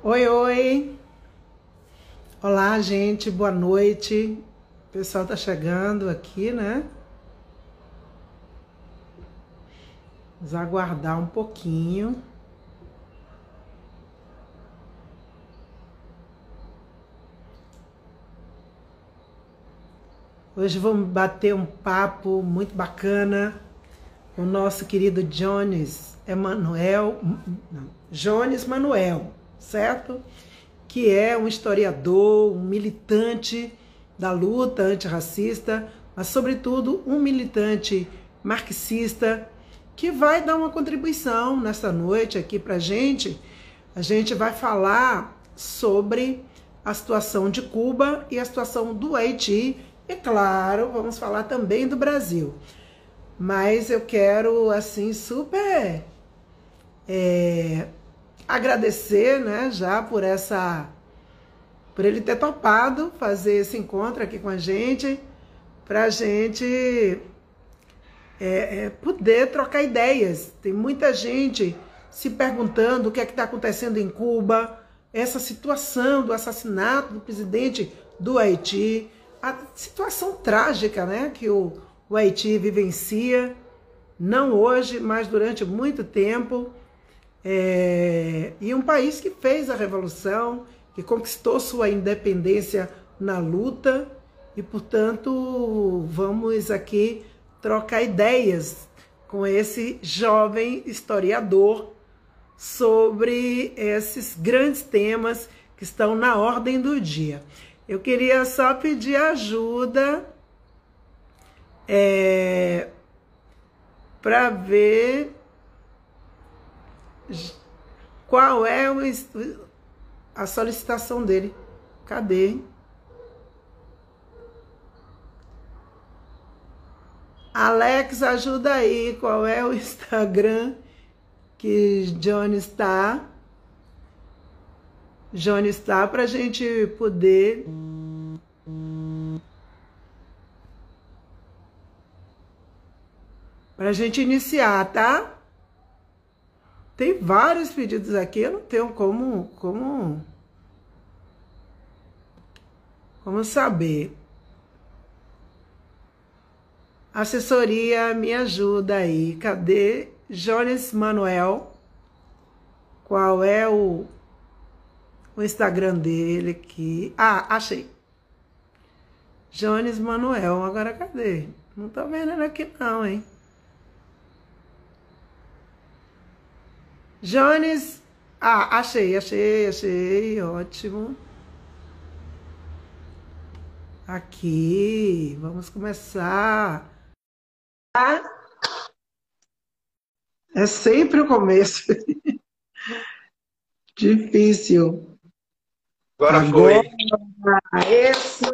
Oi, oi! Olá, gente, boa noite. O pessoal tá chegando aqui, né? Vamos aguardar um pouquinho. Hoje vamos bater um papo muito bacana com o nosso querido Jones Emanuel, não, Jones Manuel, certo? Que é um historiador, um militante da luta antirracista, mas, sobretudo, um militante marxista que vai dar uma contribuição nessa noite aqui para a gente. A gente vai falar sobre a situação de Cuba e a situação do Haiti. E, claro, vamos falar também do Brasil. Mas eu quero, assim, super agradecer, né, já por ele ter topado fazer esse encontro aqui com a gente, para a gente poder trocar ideias. Tem muita gente se perguntando o que é que está acontecendo em Cuba, essa situação do assassinato do presidente do Haiti, a situação trágica, né, que o Haiti vivencia, não hoje, mas durante muito tempo. E um país que fez a revolução, que conquistou sua independência na luta, e, portanto, vamos aqui trocar ideias com esse jovem historiador sobre esses grandes temas que estão na ordem do dia. Eu queria só pedir ajuda para ver qual é a solicitação dele. Cadê? Alex, ajuda aí. Qual é o Instagram que Jones está? Jones está para a gente poder... Para a gente iniciar, tá? Tem vários pedidos aqui, eu não tenho como saber. Assessoria, me ajuda aí. Cadê Jones Manuel? Qual é o Instagram dele aqui? Ah, achei. Jones Manuel. Agora cadê? Não tô vendo ele aqui não, hein? Jones... Ah, achei. Ótimo. Aqui, vamos começar. É sempre o começo. Difícil. Agora Agora, foi. isso!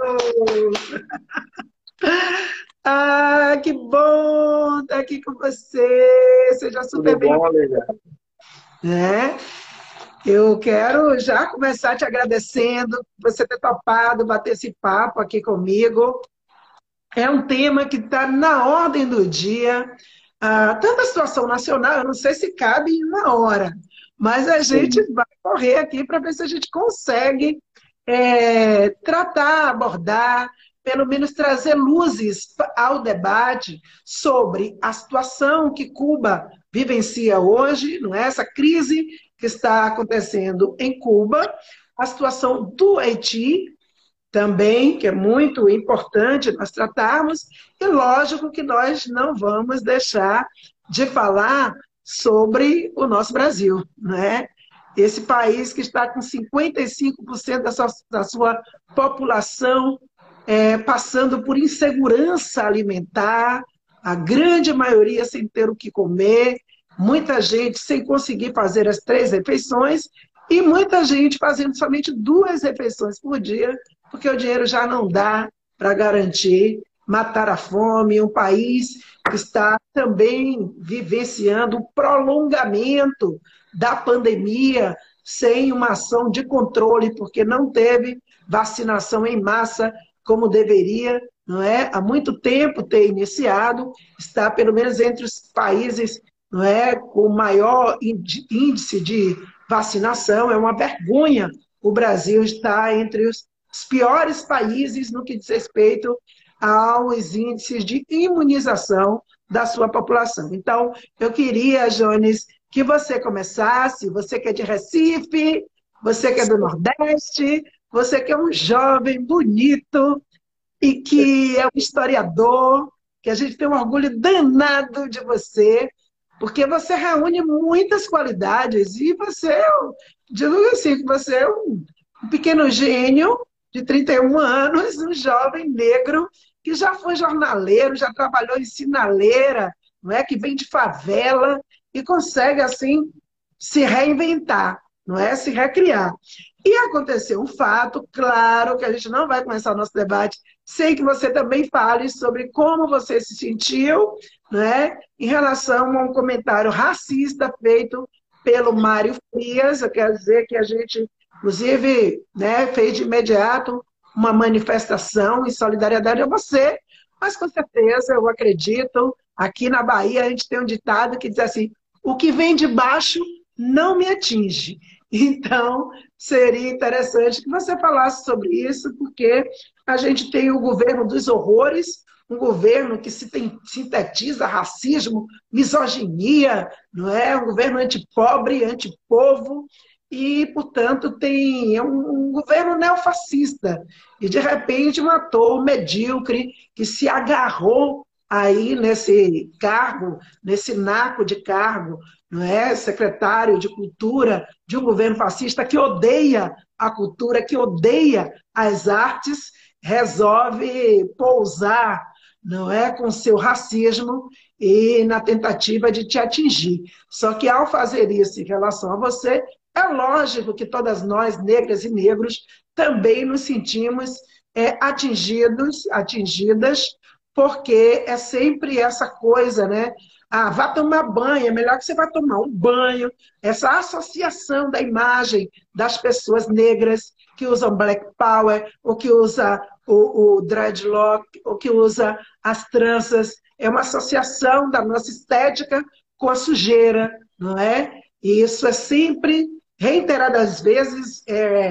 Ah, que bom estar aqui com você. Seja super Tudo bem-vindo, bom, Leila? né? Eu quero já começar te agradecendo por você ter topado bater esse papo aqui comigo. É um tema que está na ordem do dia. Tanto a situação nacional, eu não sei se cabe em uma hora, mas a gente Sim. vai correr aqui para ver se a gente consegue tratar, abordar, pelo menos trazer luzes ao debate sobre a situação que Cuba vivencia hoje, não é? Essa crise que está acontecendo em Cuba, a situação do Haiti, também, que é muito importante nós tratarmos, e lógico que nós não vamos deixar de falar sobre o nosso Brasil, né? Esse país que está com 55% da sua população passando por insegurança alimentar, a grande maioria sem ter o que comer, muita gente sem conseguir fazer as 3 refeições e muita gente fazendo somente 2 refeições por dia, porque o dinheiro já não dá para garantir matar a fome. Um país que está também vivenciando o prolongamento da pandemia sem uma ação de controle, porque não teve vacinação em massa como deveria, não é? Há muito tempo ter iniciado, está pelo menos entre os países não é, com maior índice de vacinação. É uma vergonha o Brasil estar entre os piores países no que diz respeito aos índices de imunização da sua população. Então, eu queria, Jones, que você começasse, você que é de Recife, você que é do Nordeste, você que é um jovem bonito e que é um historiador, que a gente tem um orgulho danado de você, porque você reúne muitas qualidades e você, eu digo assim, que você é um pequeno gênio de 31 anos, um jovem negro que já foi jornaleiro, já trabalhou em sinaleira, não é? Que vem de favela e consegue, assim, se reinventar, não é? Se recriar. E aconteceu um fato, claro que a gente não vai começar o nosso debate sem que você também fale sobre como você se sentiu, né, em relação a um comentário racista feito pelo Mário Frias. Eu quero dizer que a gente, inclusive, né, fez de imediato uma manifestação em solidariedade a você, mas com certeza eu acredito, aqui na Bahia a gente tem um ditado que diz assim: o que vem de baixo não me atinge. Então, seria interessante que você falasse sobre isso, porque a gente tem o governo dos horrores, um governo que sintetiza racismo, misoginia, não é? Um governo antipobre, antipovo, e, portanto, é um governo neofascista. E, de repente, um ator medíocre que se agarrou aí nesse cargo, nesse naco de cargo, não é? Secretário de Cultura de um governo fascista que odeia a cultura, que odeia as artes, resolve pousar, não é, com seu racismo e na tentativa de te atingir. Só que ao fazer isso em relação a você, é lógico que todas nós, negras e negros, também nos sentimos atingidos, atingidas, porque é sempre essa coisa, né? Ah, vá tomar banho, é melhor que você vá tomar um banho. Essa associação da imagem das pessoas negras que usam black power, ou que usa o dreadlock, ou que usa as tranças, é uma associação da nossa estética com a sujeira, não é? E isso é sempre, reiteradas vezes,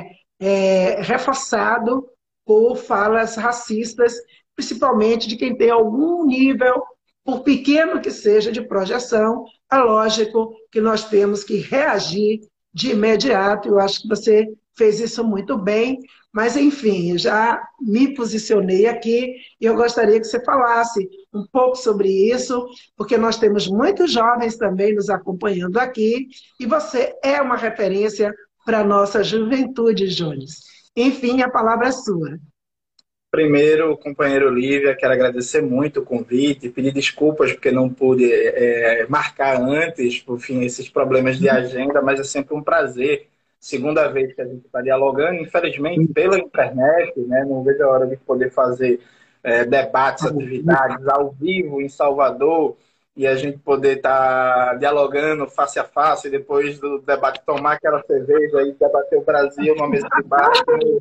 reforçado por falas racistas, principalmente de quem tem algum nível, por pequeno que seja, de projeção. É lógico que nós temos que reagir de imediato. Eu acho que você fez isso muito bem, mas, enfim, eu já me posicionei aqui e eu gostaria que você falasse um pouco sobre isso, porque nós temos muitos jovens também nos acompanhando aqui e você é uma referência para a nossa juventude, Jones. Enfim, a palavra é sua. Primeiro, companheiro Lívia, quero agradecer muito o convite, pedir desculpas porque não pude marcar antes, por fim, esses problemas de agenda, mas é sempre um prazer. Segunda vez que a gente está dialogando, infelizmente pela internet, né, não vejo a hora de poder fazer debates, atividades ao vivo em Salvador, e a gente poder estar dialogando face a face, e depois do debate tomar aquela cerveja e debater o Brasil numa mesa de bar.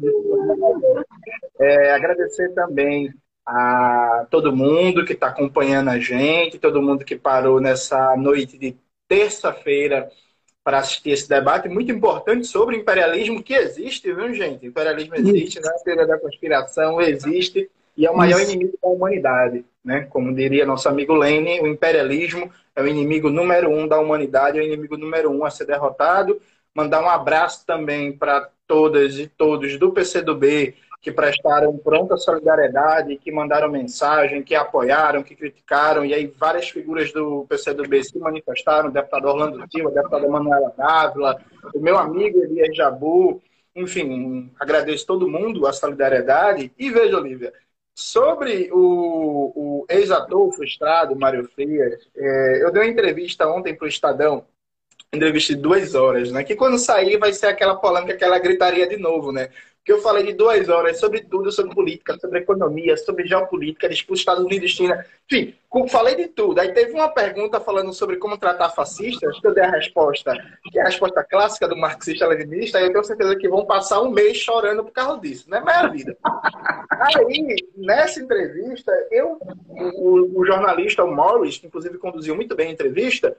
Agradecer também a todo mundo que está acompanhando a gente, todo mundo que parou nessa noite de terça-feira para assistir esse debate muito importante sobre imperialismo, que existe, viu, gente? Imperialismo existe, não é a teoria da conspiração, existe, e é o maior inimigo da humanidade, né? Como diria nosso amigo Lenin, o imperialismo é o inimigo número 1 da humanidade, é o inimigo número 1 a ser derrotado. Mandar um abraço também para todas e todos do PCdoB, que prestaram pronta solidariedade, que mandaram mensagem, que apoiaram, que criticaram, e aí várias figuras do PCdoB se manifestaram, o deputado Orlando Silva, a deputada Manuela Dávila, o meu amigo Elias Jabu, enfim, agradeço todo mundo a solidariedade. E veja, Olívia, sobre o ex-ator frustrado, Mário Frias, eu dei uma entrevista ontem para o Estadão, entrevista de 2 horas, né? Que quando sair vai ser aquela polêmica, aquela gritaria de novo, né? Porque eu falei de 2 horas sobre tudo, sobre política, sobre economia, sobre geopolítica, disputa Estados Unidos e China. Enfim, falei de tudo. Aí teve uma pergunta falando sobre como tratar fascistas, que eu dei a resposta, que é a resposta clássica do marxista-leninista, e eu tenho certeza que vão passar um mês chorando por causa disso, né? Mas é a vida. Aí, nessa entrevista, o jornalista, o Morris, que inclusive conduziu muito bem a entrevista,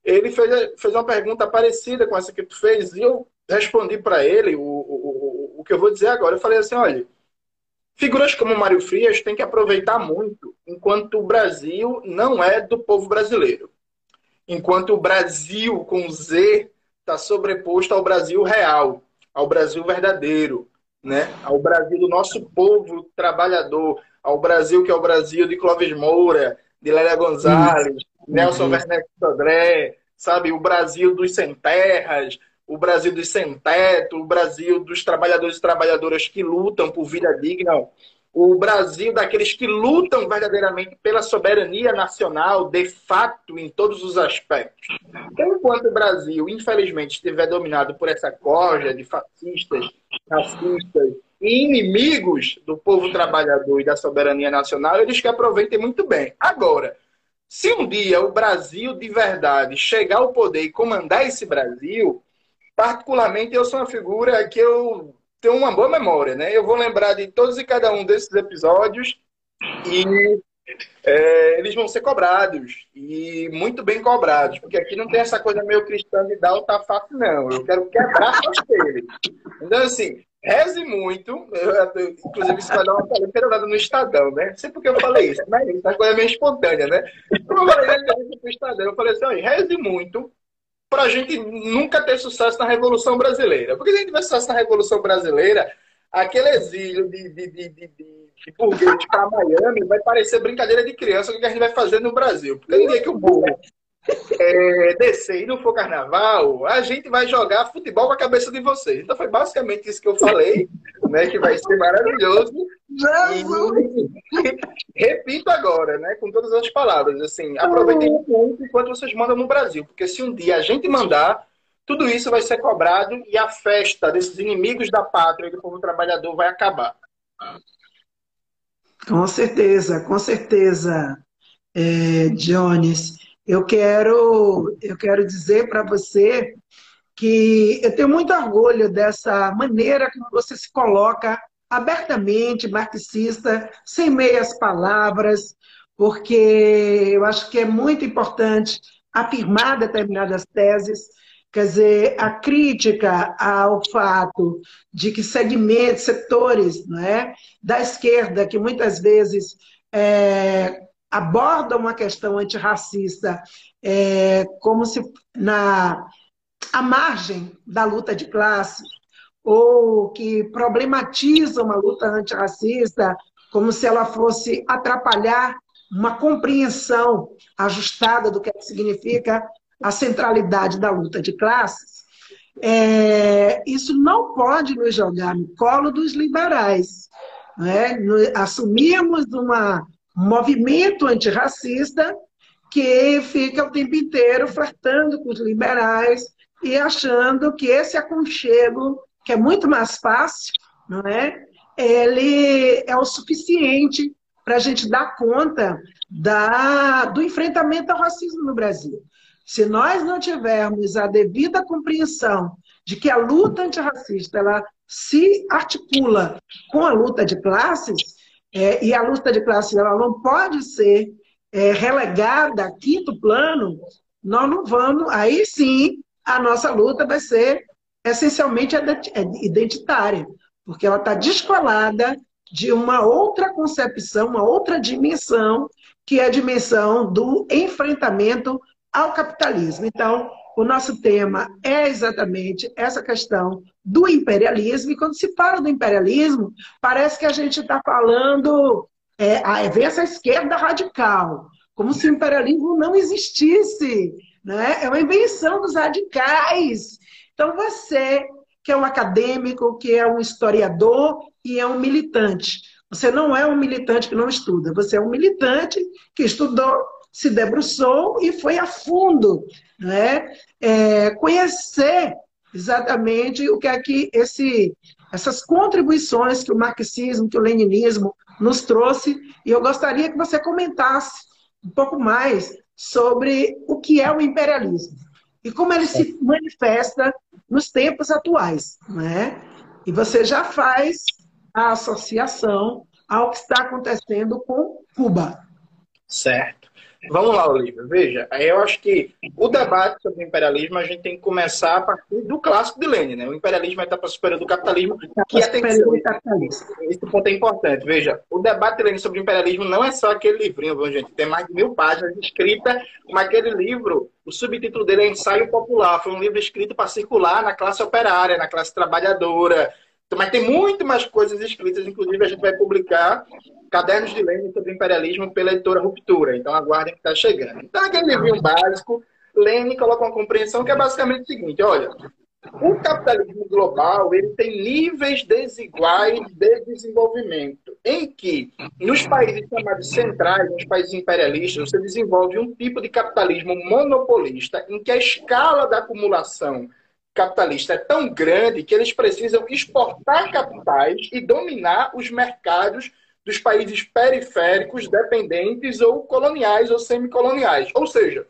ele fez uma pergunta parecida com essa que tu fez, e eu respondi para ele o que eu vou dizer agora. Eu falei assim, olha, figuras como Mário Frias têm que aproveitar muito, enquanto o Brasil não é do povo brasileiro. Enquanto o Brasil, com Z, está sobreposto ao Brasil real, ao Brasil verdadeiro, né? Ao Brasil do nosso povo trabalhador, ao Brasil que é o Brasil de Clóvis Moura, de Lélia Gonzalez, Nelson Werneck Sodré, sabe? O Brasil dos sem terras, o Brasil dos sem teto, o Brasil dos trabalhadores e trabalhadoras que lutam por vida digna, o Brasil daqueles que lutam verdadeiramente pela soberania nacional, de fato, em todos os aspectos. Então, enquanto o Brasil, infelizmente, estiver dominado por essa corja de fascistas, racistas e inimigos do povo trabalhador e da soberania nacional, eles que aproveitem muito bem. Agora, se um dia o Brasil de verdade chegar ao poder e comandar esse Brasil, particularmente eu sou uma figura que eu tenho uma boa memória, né? Eu vou lembrar de todos e cada um desses episódios e eles vão ser cobrados, e muito bem cobrados, porque aqui não tem essa coisa meio cristã de dar ou tá fácil, não. Eu quero quebrar a dele. Então, assim, reze muito, inclusive isso vai dar uma palestra no Estadão, né? Não sei porque eu falei isso, mas essa coisa é meio espontânea, né? Como eu falei no Estadão, eu falei assim, olha, reze muito para a gente nunca ter sucesso na Revolução Brasileira. Porque se a gente tiver sucesso na Revolução Brasileira, aquele exílio de burguês para Miami vai parecer brincadeira de criança o que a gente vai fazer no Brasil. Porque no dia que o povo descer e não for carnaval, a gente vai jogar futebol com a cabeça de vocês. Então foi basicamente isso que eu falei, né, que vai ser maravilhoso. E repito agora, né, com todas as palavras, assim, aproveitem muito enquanto vocês mandam no Brasil, porque se um dia a gente mandar, tudo isso vai ser cobrado e a festa desses inimigos da pátria e do povo trabalhador vai acabar. Com certeza, Jones. Eu quero dizer para você que eu tenho muito orgulho dessa maneira como você se coloca abertamente, marxista, sem meias palavras, porque eu acho que é muito importante afirmar determinadas teses. Quer dizer, a crítica ao fato de que segmentos, setores, não é, da esquerda, que muitas vezes abordam uma questão antirracista como se à margem da luta de classe, ou que problematizam a luta antirracista como se ela fosse atrapalhar uma compreensão ajustada do que significa a centralidade da luta de classes, isso não pode nos jogar no colo dos liberais. Né? Assumimos um movimento antirracista que fica o tempo inteiro flertando com os liberais e achando que esse aconchego, que é muito mais fácil, não é? Ele é o suficiente para a gente dar conta do enfrentamento ao racismo no Brasil. Se nós não tivermos a devida compreensão de que a luta antirracista ela se articula com a luta de classes, e a luta de classes ela não pode ser relegada a quinto plano, nós não vamos, aí sim a nossa luta vai ser essencialmente identitária, porque ela está descolada de uma outra concepção, uma outra dimensão, que é a dimensão do enfrentamento ao capitalismo. Então, o nosso tema é exatamente essa questão do imperialismo, e quando se fala do imperialismo, parece que a gente está falando, vem essa esquerda radical, como se o imperialismo não existisse, né? É uma invenção dos radicais. Então, você, que é um acadêmico, que é um historiador e é um militante, você não é um militante que não estuda, você é um militante que estudou, se debruçou e foi a fundo, né? Conhecer exatamente o que é que essas contribuições que o marxismo, que o leninismo nos trouxe, e eu gostaria que você comentasse um pouco mais sobre o que é o imperialismo e como ele se manifesta nos tempos atuais, né? E você já faz a associação ao que está acontecendo com Cuba. Certo. Vamos lá, Olivia. Veja, eu acho que o debate sobre o imperialismo a gente tem que começar a partir do clássico de Lenin, né? O imperialismo é a etapa superior do capitalismo, Etapa que, superior atenção, e capitalista. esse ponto é importante. Veja, o debate de Lenin sobre o imperialismo não é só aquele livrinho, viu, gente? Tem mais de 1000 páginas escritas, mas aquele livro, o subtítulo dele é Ensaio Popular. Foi um livro escrito para circular na classe operária, na classe trabalhadora. Mas tem muito mais coisas escritas, inclusive a gente vai publicar Cadernos de Lenin sobre o Imperialismo pela editora Ruptura. Então aguardem que está chegando. Então, aquele livrinho básico, Lenin coloca uma compreensão que é basicamente o seguinte: olha, o capitalismo global ele tem níveis desiguais de desenvolvimento, em que, nos países chamados centrais, nos países imperialistas, você desenvolve um tipo de capitalismo monopolista, em que a escala da acumulação capitalista é tão grande que eles precisam exportar capitais e dominar os mercados dos países periféricos, dependentes ou coloniais ou semicoloniais. Ou seja,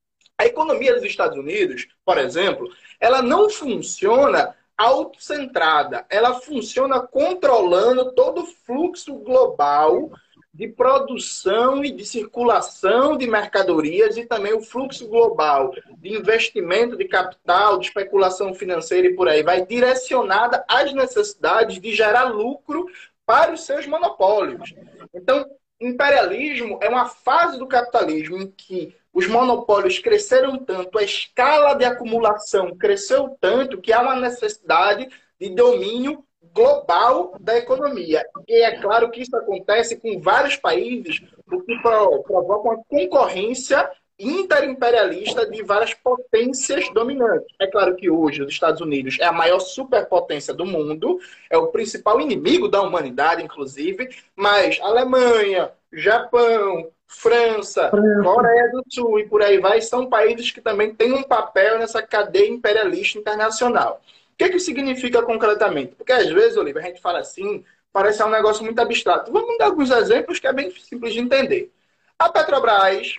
a economia dos Estados Unidos, por exemplo, ela não funciona autocentrada, ela funciona controlando todo o fluxo global de produção e de circulação de mercadorias e também o fluxo global de investimento de capital, de especulação financeira e por aí vai, direcionada às necessidades de gerar lucro para os seus monopólios. Então, imperialismo é uma fase do capitalismo em que os monopólios cresceram tanto, a escala de acumulação cresceu tanto que há uma necessidade de domínio global da economia. E é claro que isso acontece com vários países, o que provoca uma concorrência interimperialista de várias potências dominantes. É claro que hoje os Estados Unidos é a maior superpotência do mundo, é o principal inimigo da humanidade, inclusive, mas Alemanha, Japão, França, Coreia do Sul e por aí vai, são países que também têm um papel nessa cadeia imperialista internacional. O que isso significa concretamente? Porque às vezes, Olivia, a gente fala assim, parece um negócio muito abstrato. Vamos dar alguns exemplos que é bem simples de entender. A Petrobras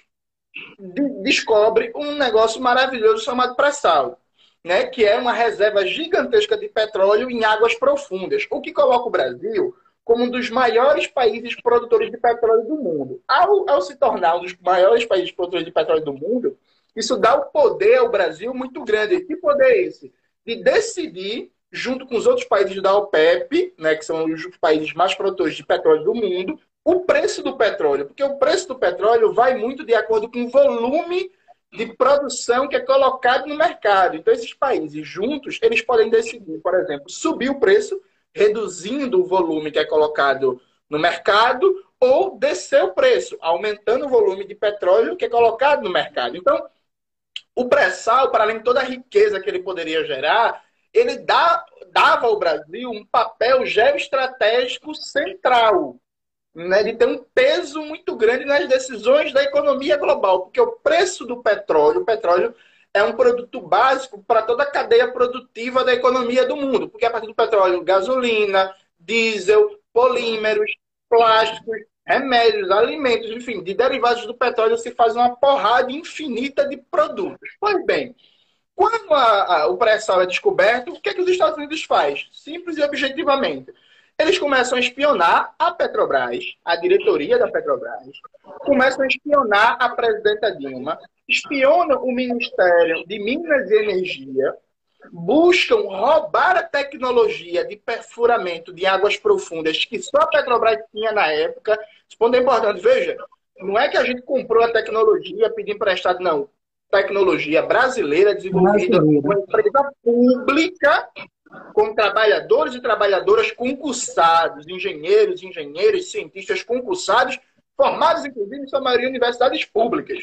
descobre um negócio maravilhoso chamado pré-sal, né? Que é uma reserva gigantesca de petróleo em águas profundas, o que coloca o Brasil como um dos maiores países produtores de petróleo do mundo. Ao se tornar um dos maiores países produtores de petróleo do mundo, isso dá o poder ao Brasil muito grande. E que poder é esse? De decidir, junto com os outros países da OPEP, né, que são os países mais produtores de petróleo do mundo, o preço do petróleo. Porque o preço do petróleo vai muito de acordo com o volume de produção que é colocado no mercado. Então, esses países juntos, eles podem decidir, por exemplo, subir o preço, reduzindo o volume que é colocado no mercado, ou descer o preço, aumentando o volume de petróleo que é colocado no mercado. Então, o pré-sal, para além de toda a riqueza que ele poderia gerar, ele dava ao Brasil um papel geoestratégico central, né, de ter um peso muito grande nas decisões da economia global, porque o preço do petróleo, o petróleo é um produto básico para toda a cadeia produtiva da economia do mundo, porque a partir do petróleo, gasolina, diesel, polímeros, plásticos, remédios, alimentos, enfim, de derivados do petróleo se faz uma porrada infinita de produtos. Pois bem, quando o pré-sal é descoberto, o que é que os Estados Unidos faz? Simples e objetivamente. Eles começam a espionar a Petrobras, a diretoria da Petrobras, começam a espionar a presidenta Dilma, espionam o Ministério de Minas e Energia, buscam roubar a tecnologia de perfuramento de águas profundas que só a Petrobras tinha na época. Esse ponto é importante. Veja, não é que a gente comprou a tecnologia pedindo emprestado, não. Tecnologia brasileira desenvolvida por uma empresa pública com trabalhadores e trabalhadoras concursados, engenheiros, cientistas concursados, formados, inclusive, em sua maioria, em universidades públicas.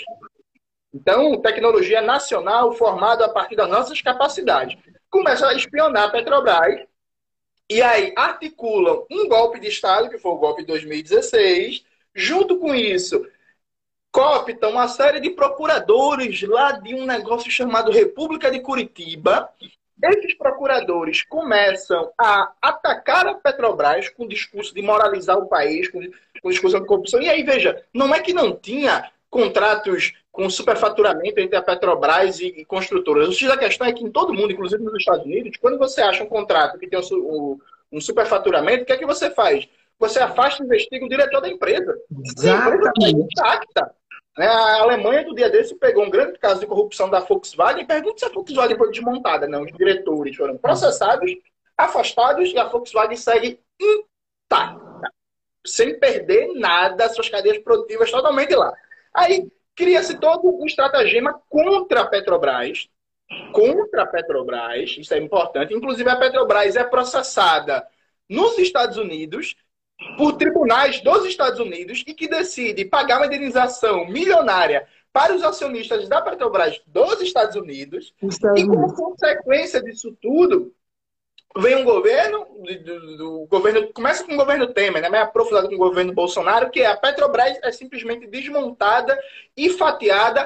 Então, tecnologia nacional formada a partir das nossas capacidades. Começam a espionar a Petrobras e aí articulam um golpe de Estado, que foi o golpe de 2016. Junto com isso, cooptam uma série de procuradores lá de um negócio chamado República de Curitiba. Esses procuradores começam a atacar a Petrobras com o discurso de moralizar o país, com o discurso de corrupção. E aí, veja, não é que não tinha contratos com superfaturamento entre a Petrobras e construtoras. O X da questão é que em todo mundo, inclusive nos Estados Unidos, quando você acha um contrato que tem um superfaturamento, o que é que você faz? Você afasta e investiga o diretor da empresa. Exatamente. A empresa está intacta. Né? A Alemanha, do dia desse, pegou um grande caso de corrupção da Volkswagen. Pergunta se a Volkswagen foi desmontada. Não, os diretores foram processados, afastados, e a Volkswagen segue intacta, sem perder nada, suas cadeias produtivas totalmente lá. Aí cria-se todo um estratagema contra a Petrobras. Contra a Petrobras, isso é importante. Inclusive, a Petrobras é processada nos Estados Unidos por tribunais dos Estados Unidos e que decide pagar uma indenização milionária para os acionistas da Petrobras dos Estados Unidos. E como consequência disso tudo, vem um governo, governo começa com o governo Temer, né, mais aprofundado com o governo Bolsonaro, que a Petrobras é simplesmente desmontada e fatiada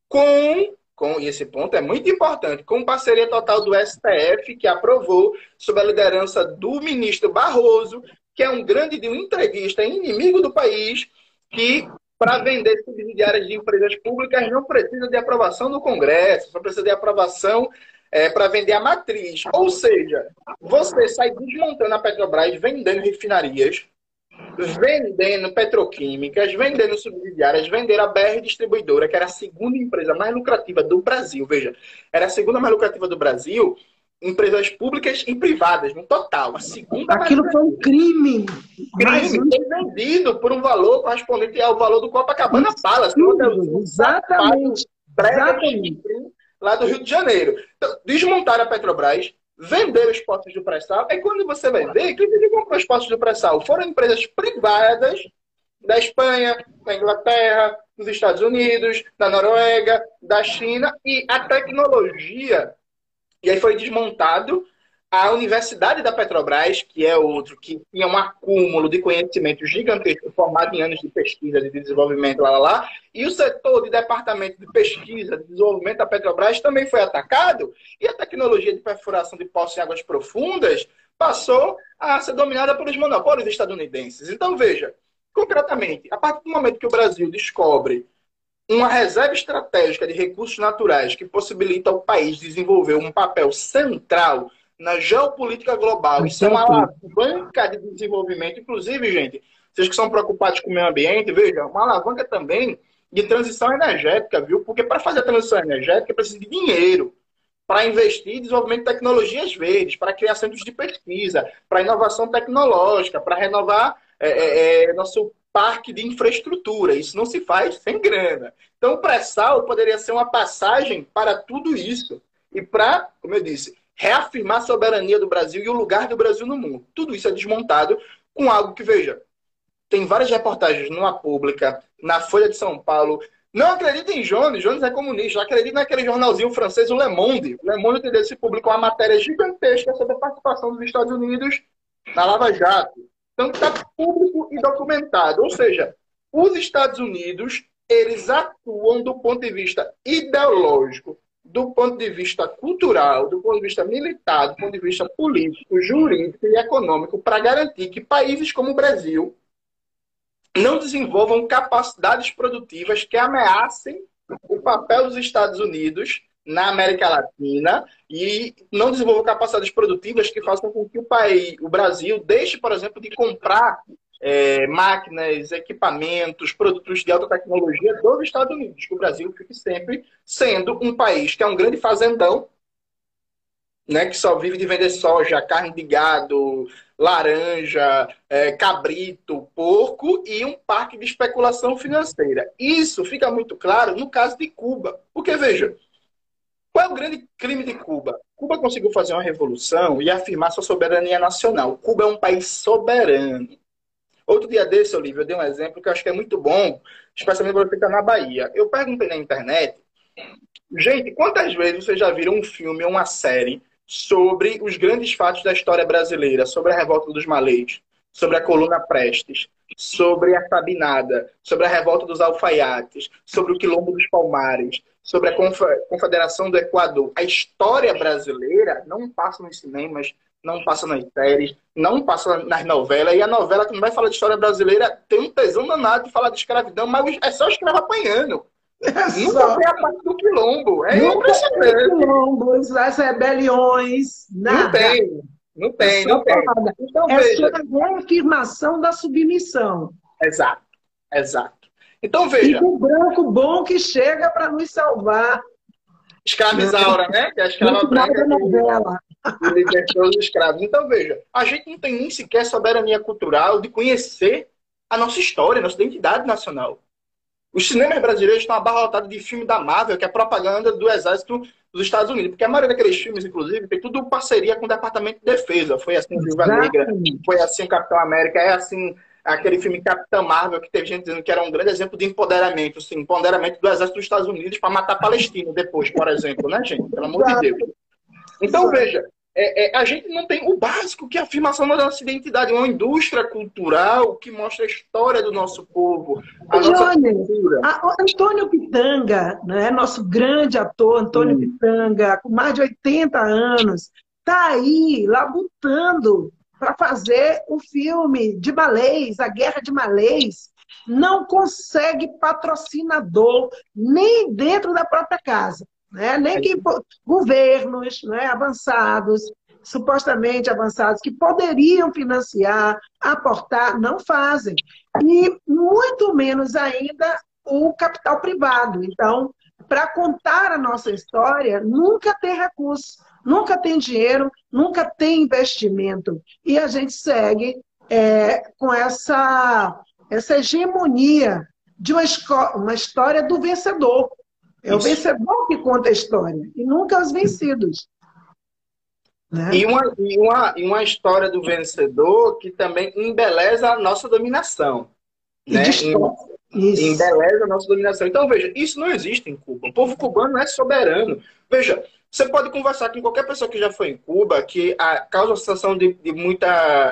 e esse ponto é muito importante, com parceria total do STF, que aprovou, sob a liderança do ministro Barroso, que é um grande entreguista, inimigo do país, que para vender subsidiárias de empresas públicas não precisa de aprovação do Congresso, só precisa de aprovação para vender a matriz. Ou seja, você sai desmontando a Petrobras, vendendo refinarias, vendendo petroquímicas, vendendo subsidiárias, vendendo a BR Distribuidora, que era a segunda empresa mais lucrativa do Brasil. Veja, era a segunda mais lucrativa do Brasil, empresas públicas e privadas, no total. A segunda Aquilo foi um crime. Crime foi vendido por um valor correspondente ao valor do Copacabana Palace. Exatamente. Lá do Rio de Janeiro. Então, desmontaram a Petrobras, venderam os postos do pré-sal. Aí quando você vender, quem comprou os postos do pré-sal? Foram empresas privadas da Espanha, da Inglaterra, dos Estados Unidos, da Noruega, da China, e a tecnologia. E aí foi desmontado a Universidade da Petrobras, que é outro, que tinha um acúmulo de conhecimento gigantesco formado em anos de pesquisa, de desenvolvimento, e o setor de departamento de pesquisa, de desenvolvimento da Petrobras também foi atacado, e a tecnologia de perfuração de poços em águas profundas passou a ser dominada pelos monopólios estadunidenses. Então, veja, concretamente, a partir do momento que o Brasil descobre uma reserva estratégica de recursos naturais que possibilita ao país desenvolver um papel central na geopolítica global, isso é uma alavanca de desenvolvimento. Inclusive, gente, vocês que são preocupados com o meio ambiente, vejam, uma alavanca também de transição energética, viu? Porque para fazer a transição energética precisa de dinheiro para investir em desenvolvimento de tecnologias verdes, para criar centros de pesquisa, para inovação tecnológica, para renovar nosso parque de infraestrutura. Isso não se faz sem grana. Então, o pré-sal poderia ser uma passagem para tudo isso e para, como eu disse, reafirmar a soberania do Brasil e o lugar do Brasil no mundo. Tudo isso é desmontado com algo que, veja, tem várias reportagens numa pública, na Folha de São Paulo. Não acredita em Jones, Jones é comunista. Acredita naquele jornalzinho francês, o Le Monde. O Le Monde se publicou uma matéria gigantesca sobre a participação dos Estados Unidos na Lava Jato. Então, está público e documentado. Ou seja, os Estados Unidos, eles atuam do ponto de vista ideológico, do ponto de vista cultural, do ponto de vista militar, do ponto de vista político, jurídico e econômico, para garantir que países como o Brasil não desenvolvam capacidades produtivas que ameacem o papel dos Estados Unidos na América Latina e não desenvolvam capacidades produtivas que façam com que o Brasil deixe, por exemplo, de comprar máquinas, equipamentos, produtos de alta tecnologia dos Estados Unidos, que o Brasil fique sempre sendo um país que é um grande fazendão, né, que só vive de vender soja, carne de gado, laranja, cabrito, porco e um parque de especulação financeira. Isso fica muito claro no caso de Cuba. Porque, veja, qual é o grande crime de Cuba? Cuba conseguiu fazer uma revolução e afirmar sua soberania nacional. Cuba é um país soberano. Outro dia desse, Olívio, eu dei um exemplo que eu acho que é muito bom, especialmente para você que está na Bahia. Eu perguntei na internet, gente, quantas vezes vocês já viram um filme ou uma série sobre os grandes fatos da história brasileira, sobre a Revolta dos Malês, sobre a Coluna Prestes, sobre a Sabinada, sobre a Revolta dos Alfaiates, sobre o Quilombo dos Palmares, sobre a Confederação do Equador? A história brasileira não passa nos cinemas, não passa nas séries, não passa nas novelas. E a novela que não vai falar de história brasileira tem um tesão danado de falar de escravidão, mas é só escravo apanhando. Nunca tem a parte do quilombo. É impressionante. Quilombos, as rebeliões, nada. Não tem. Então, é só a reafirmação da submissão. Exato. Então, E veja, do branco bom que chega para nos salvar, escrava né? Isaura, né? Que é a No escrava final branca da novela. que libertou os escravos. Então, veja, a gente não tem nem sequer soberania cultural de conhecer a nossa história, a nossa identidade nacional. Os cinemas brasileiros estão abarrotados de filme da Marvel, que é propaganda do exército dos Estados Unidos. Porque a maioria daqueles filmes, inclusive, tem tudo parceria com o Departamento de Defesa. Foi assim o Viúva Negra, Exatamente. foi assim o Capitão América, é assim aquele filme Capitã Marvel, que teve gente dizendo que era um grande exemplo de empoderamento, assim, empoderamento do exército dos Estados Unidos para matar Palestina depois, por exemplo, né, gente? Pelo amor de Deus. Exato, Então, exato. veja, a gente não tem o básico, que é a afirmação da nossa identidade, uma indústria cultural que mostra a história do nosso povo, a nossa Johnny, cultura. o Antônio Pitanga, né, nosso grande ator Antônio Sim. Pitanga, com mais de 80 anos, está aí labutando para fazer o filme de Malês, A Guerra de Malês. Não consegue patrocinador nem dentro da própria casa, né? Nem que governos, né, avançados, supostamente avançados, que poderiam financiar, aportar, não fazem. E muito menos ainda o capital privado. Então, para contar a nossa história, nunca tem recurso, nunca tem dinheiro, nunca tem investimento. E a gente segue com essa hegemonia de uma história do vencedor. É o Isso. vencedor que conta a história, e nunca os vencidos. Né? E uma história do vencedor que também embeleza a nossa dominação, E né? distorce. Isso. Embeleza a nossa dominação. Então, veja, isso não existe em Cuba. O povo cubano é soberano. Veja, você pode conversar com qualquer pessoa que já foi em Cuba, que causa uma sensação de muita...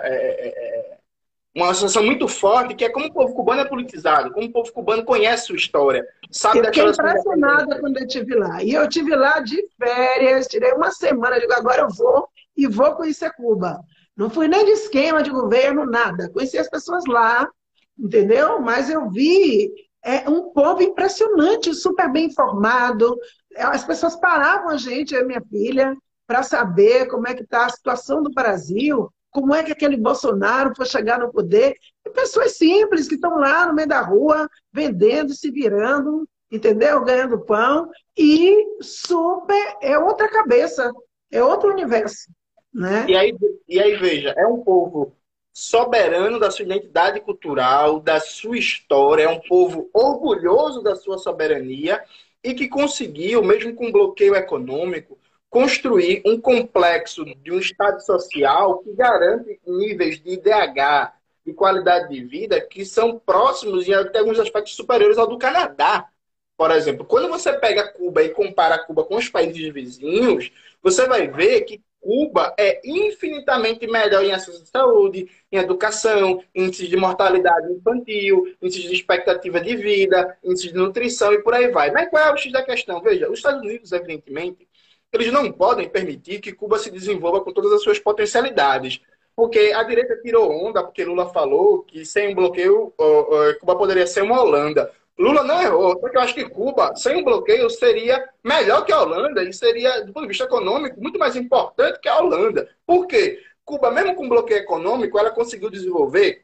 uma sensação muito forte, que é como o povo cubano é politizado, como o povo cubano conhece sua história, sabe Eu da fiquei história da sua impressionada independência. quando eu estive lá. E eu estive lá de férias, tirei uma semana, digo, agora eu vou e vou conhecer Cuba. Não fui nem de esquema de governo, nada. Conheci as pessoas lá, entendeu? Mas eu vi um povo impressionante, super bem informado. As pessoas paravam a gente, eu e minha filha, para saber como é que está a situação do Brasil, como é que aquele Bolsonaro foi chegar no poder. E pessoas simples que estão lá no meio da rua, vendendo, se virando, entendeu? Ganhando pão. E super, é outra cabeça, é outro universo, né? E aí, veja, é um povo soberano da sua identidade cultural, da sua história, é um povo orgulhoso da sua soberania e que conseguiu, mesmo com bloqueio econômico, construir um complexo de um Estado social que garante níveis de IDH, de qualidade de vida, que são próximos e até alguns aspectos superiores ao do Canadá. Por exemplo, quando você pega Cuba e compara Cuba com os países vizinhos, você vai ver que Cuba é infinitamente melhor em acesso à saúde, em educação, índices de mortalidade infantil, índices de expectativa de vida, índices de nutrição e por aí vai. Mas qual é o X da questão? Veja, os Estados Unidos, evidentemente, eles não podem permitir que Cuba se desenvolva com todas as suas potencialidades. Porque a direita tirou onda, porque Lula falou que sem um bloqueio, Cuba poderia ser uma Holanda. Lula não errou, porque eu acho que Cuba, sem um bloqueio, seria melhor que a Holanda e seria, do ponto de vista econômico, muito mais importante que a Holanda. Por quê? Cuba, mesmo com bloqueio econômico, ela conseguiu desenvolver,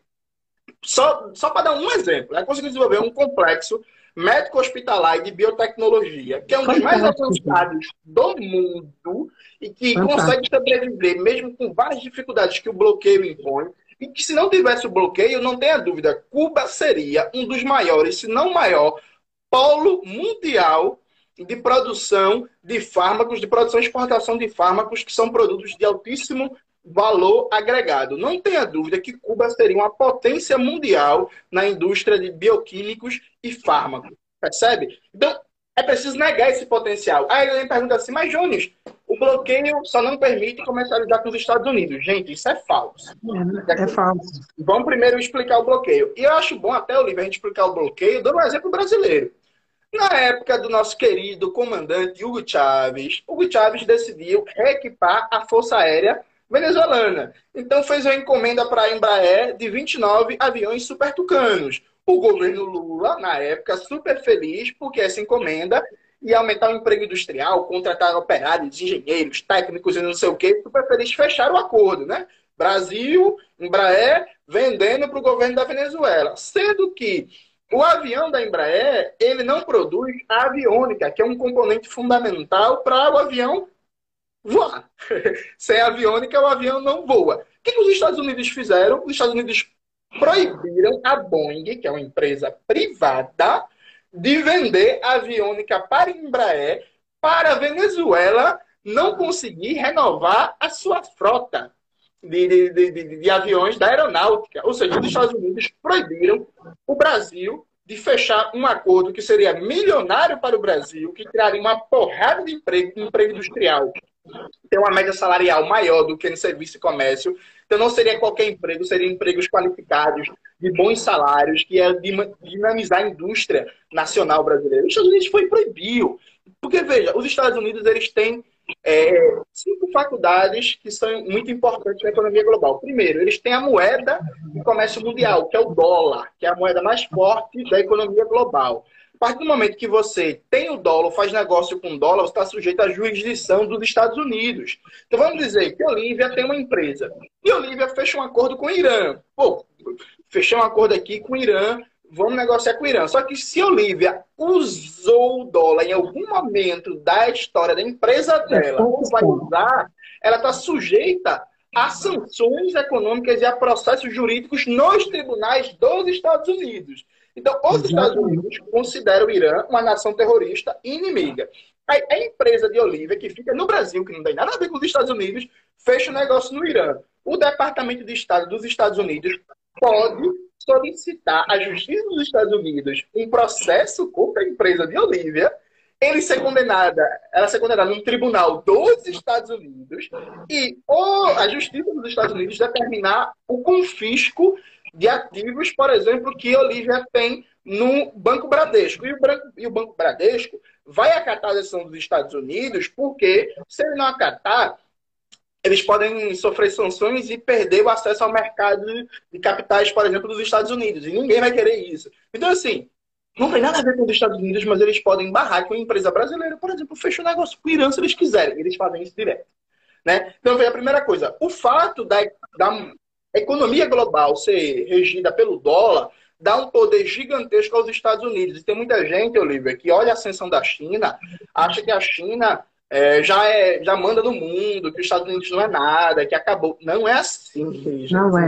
só para dar um exemplo, ela conseguiu desenvolver um complexo médico-hospitalar e de biotecnologia, que é um dos mais Fantástico, avançados do mundo e que consegue fantástico. sobreviver, mesmo com várias dificuldades que o bloqueio impõe, e que se não tivesse o bloqueio, não tenha dúvida, Cuba seria um dos maiores, se não o maior, polo mundial de produção de fármacos, de produção e exportação de fármacos, que são produtos de altíssimo valor agregado. Não tenha dúvida que Cuba seria uma potência mundial na indústria de bioquímicos e fármacos. Percebe? Então, é preciso negar esse potencial. Aí alguém pergunta assim, mas Jones, o bloqueio só não permite comercializar com os Estados Unidos. Gente, isso é falso. É falso. Vamos primeiro explicar o bloqueio. E eu acho bom até, Olivia, a gente explicar o bloqueio, dando um exemplo brasileiro. Na época do nosso querido comandante Hugo Chávez decidiu reequipar a Força Aérea venezuelana. Então fez uma encomenda para a Embraer de 29 aviões Super Tucanos. O governo Lula, na época, super feliz, porque essa encomenda ia aumentar o emprego industrial, contratar operários, engenheiros, técnicos e não sei o quê, super feliz, fecharam o acordo, né? Brasil, Embraer, vendendo para o governo da Venezuela. Sendo que O avião da Embraer, ele não produz a aviônica, que é um componente fundamental para o avião voar. Sem aviônica, o avião não voa. O que os Estados Unidos fizeram? Os Estados Unidos proibiram a Boeing, que é uma empresa privada, de vender aviônica para a Embraer, para a Venezuela não conseguir renovar a sua frota de aviões da aeronáutica. Ou seja, os Estados Unidos proibiram o Brasil de fechar um acordo que seria milionário para o Brasil, que criaria uma porrada de emprego industrial, ter uma média salarial maior do que no serviço e comércio. Então, não seria qualquer emprego, seriam empregos qualificados, de bons salários, que ia dinamizar a indústria nacional brasileira. Os Estados Unidos foi proibido. Porque, veja, os Estados Unidos eles têm 5 faculdades que são muito importantes na economia global. Primeiro, eles têm a moeda do comércio mundial, que é o dólar, que é a moeda mais forte da economia global. A partir do momento que você tem o dólar, faz negócio com o dólar, você está sujeito à jurisdição dos Estados Unidos. Então vamos dizer que a Olívia tem uma empresa. E a Olívia fecha um acordo com o Irã. Pô, fechei um acordo aqui com o Irã, vamos negociar com o Irã. Só que se a Olívia usou o dólar em algum momento da história da empresa dela, ou vai usar, ela está sujeita a sanções econômicas e a processos jurídicos nos tribunais dos Estados Unidos. Então, os Estados Unidos consideram o Irã uma nação terrorista e inimiga. Aí, a empresa de Olívia, que fica no Brasil, que não tem nada a ver com os Estados Unidos, fecha o negócio no Irã. O Departamento de Estado dos Estados Unidos pode solicitar à Justiça dos Estados Unidos um processo contra a empresa de Olívia, ela ser condenada num tribunal dos Estados Unidos e a Justiça dos Estados Unidos determinar o confisco de ativos, por exemplo, que a Olívia tem no Banco Bradesco. E o Banco Bradesco vai acatar a decisão dos Estados Unidos, porque se ele não acatar, eles podem sofrer sanções e perder o acesso ao mercado de capitais, por exemplo, dos Estados Unidos. E ninguém vai querer isso. Então, assim, não tem nada a ver com os Estados Unidos, mas eles podem barrar que uma empresa brasileira, por exemplo, feche um negócio com o Irã se eles quiserem. Eles fazem isso direto. Né? Então, veja, a primeira coisa, o fato da economia global ser regida pelo dólar dá um poder gigantesco aos Estados Unidos. E tem muita gente, Olívia, que olha a ascensão da China, acha que a China já manda no mundo, que os Estados Unidos não é nada, que acabou. Não é assim, gente.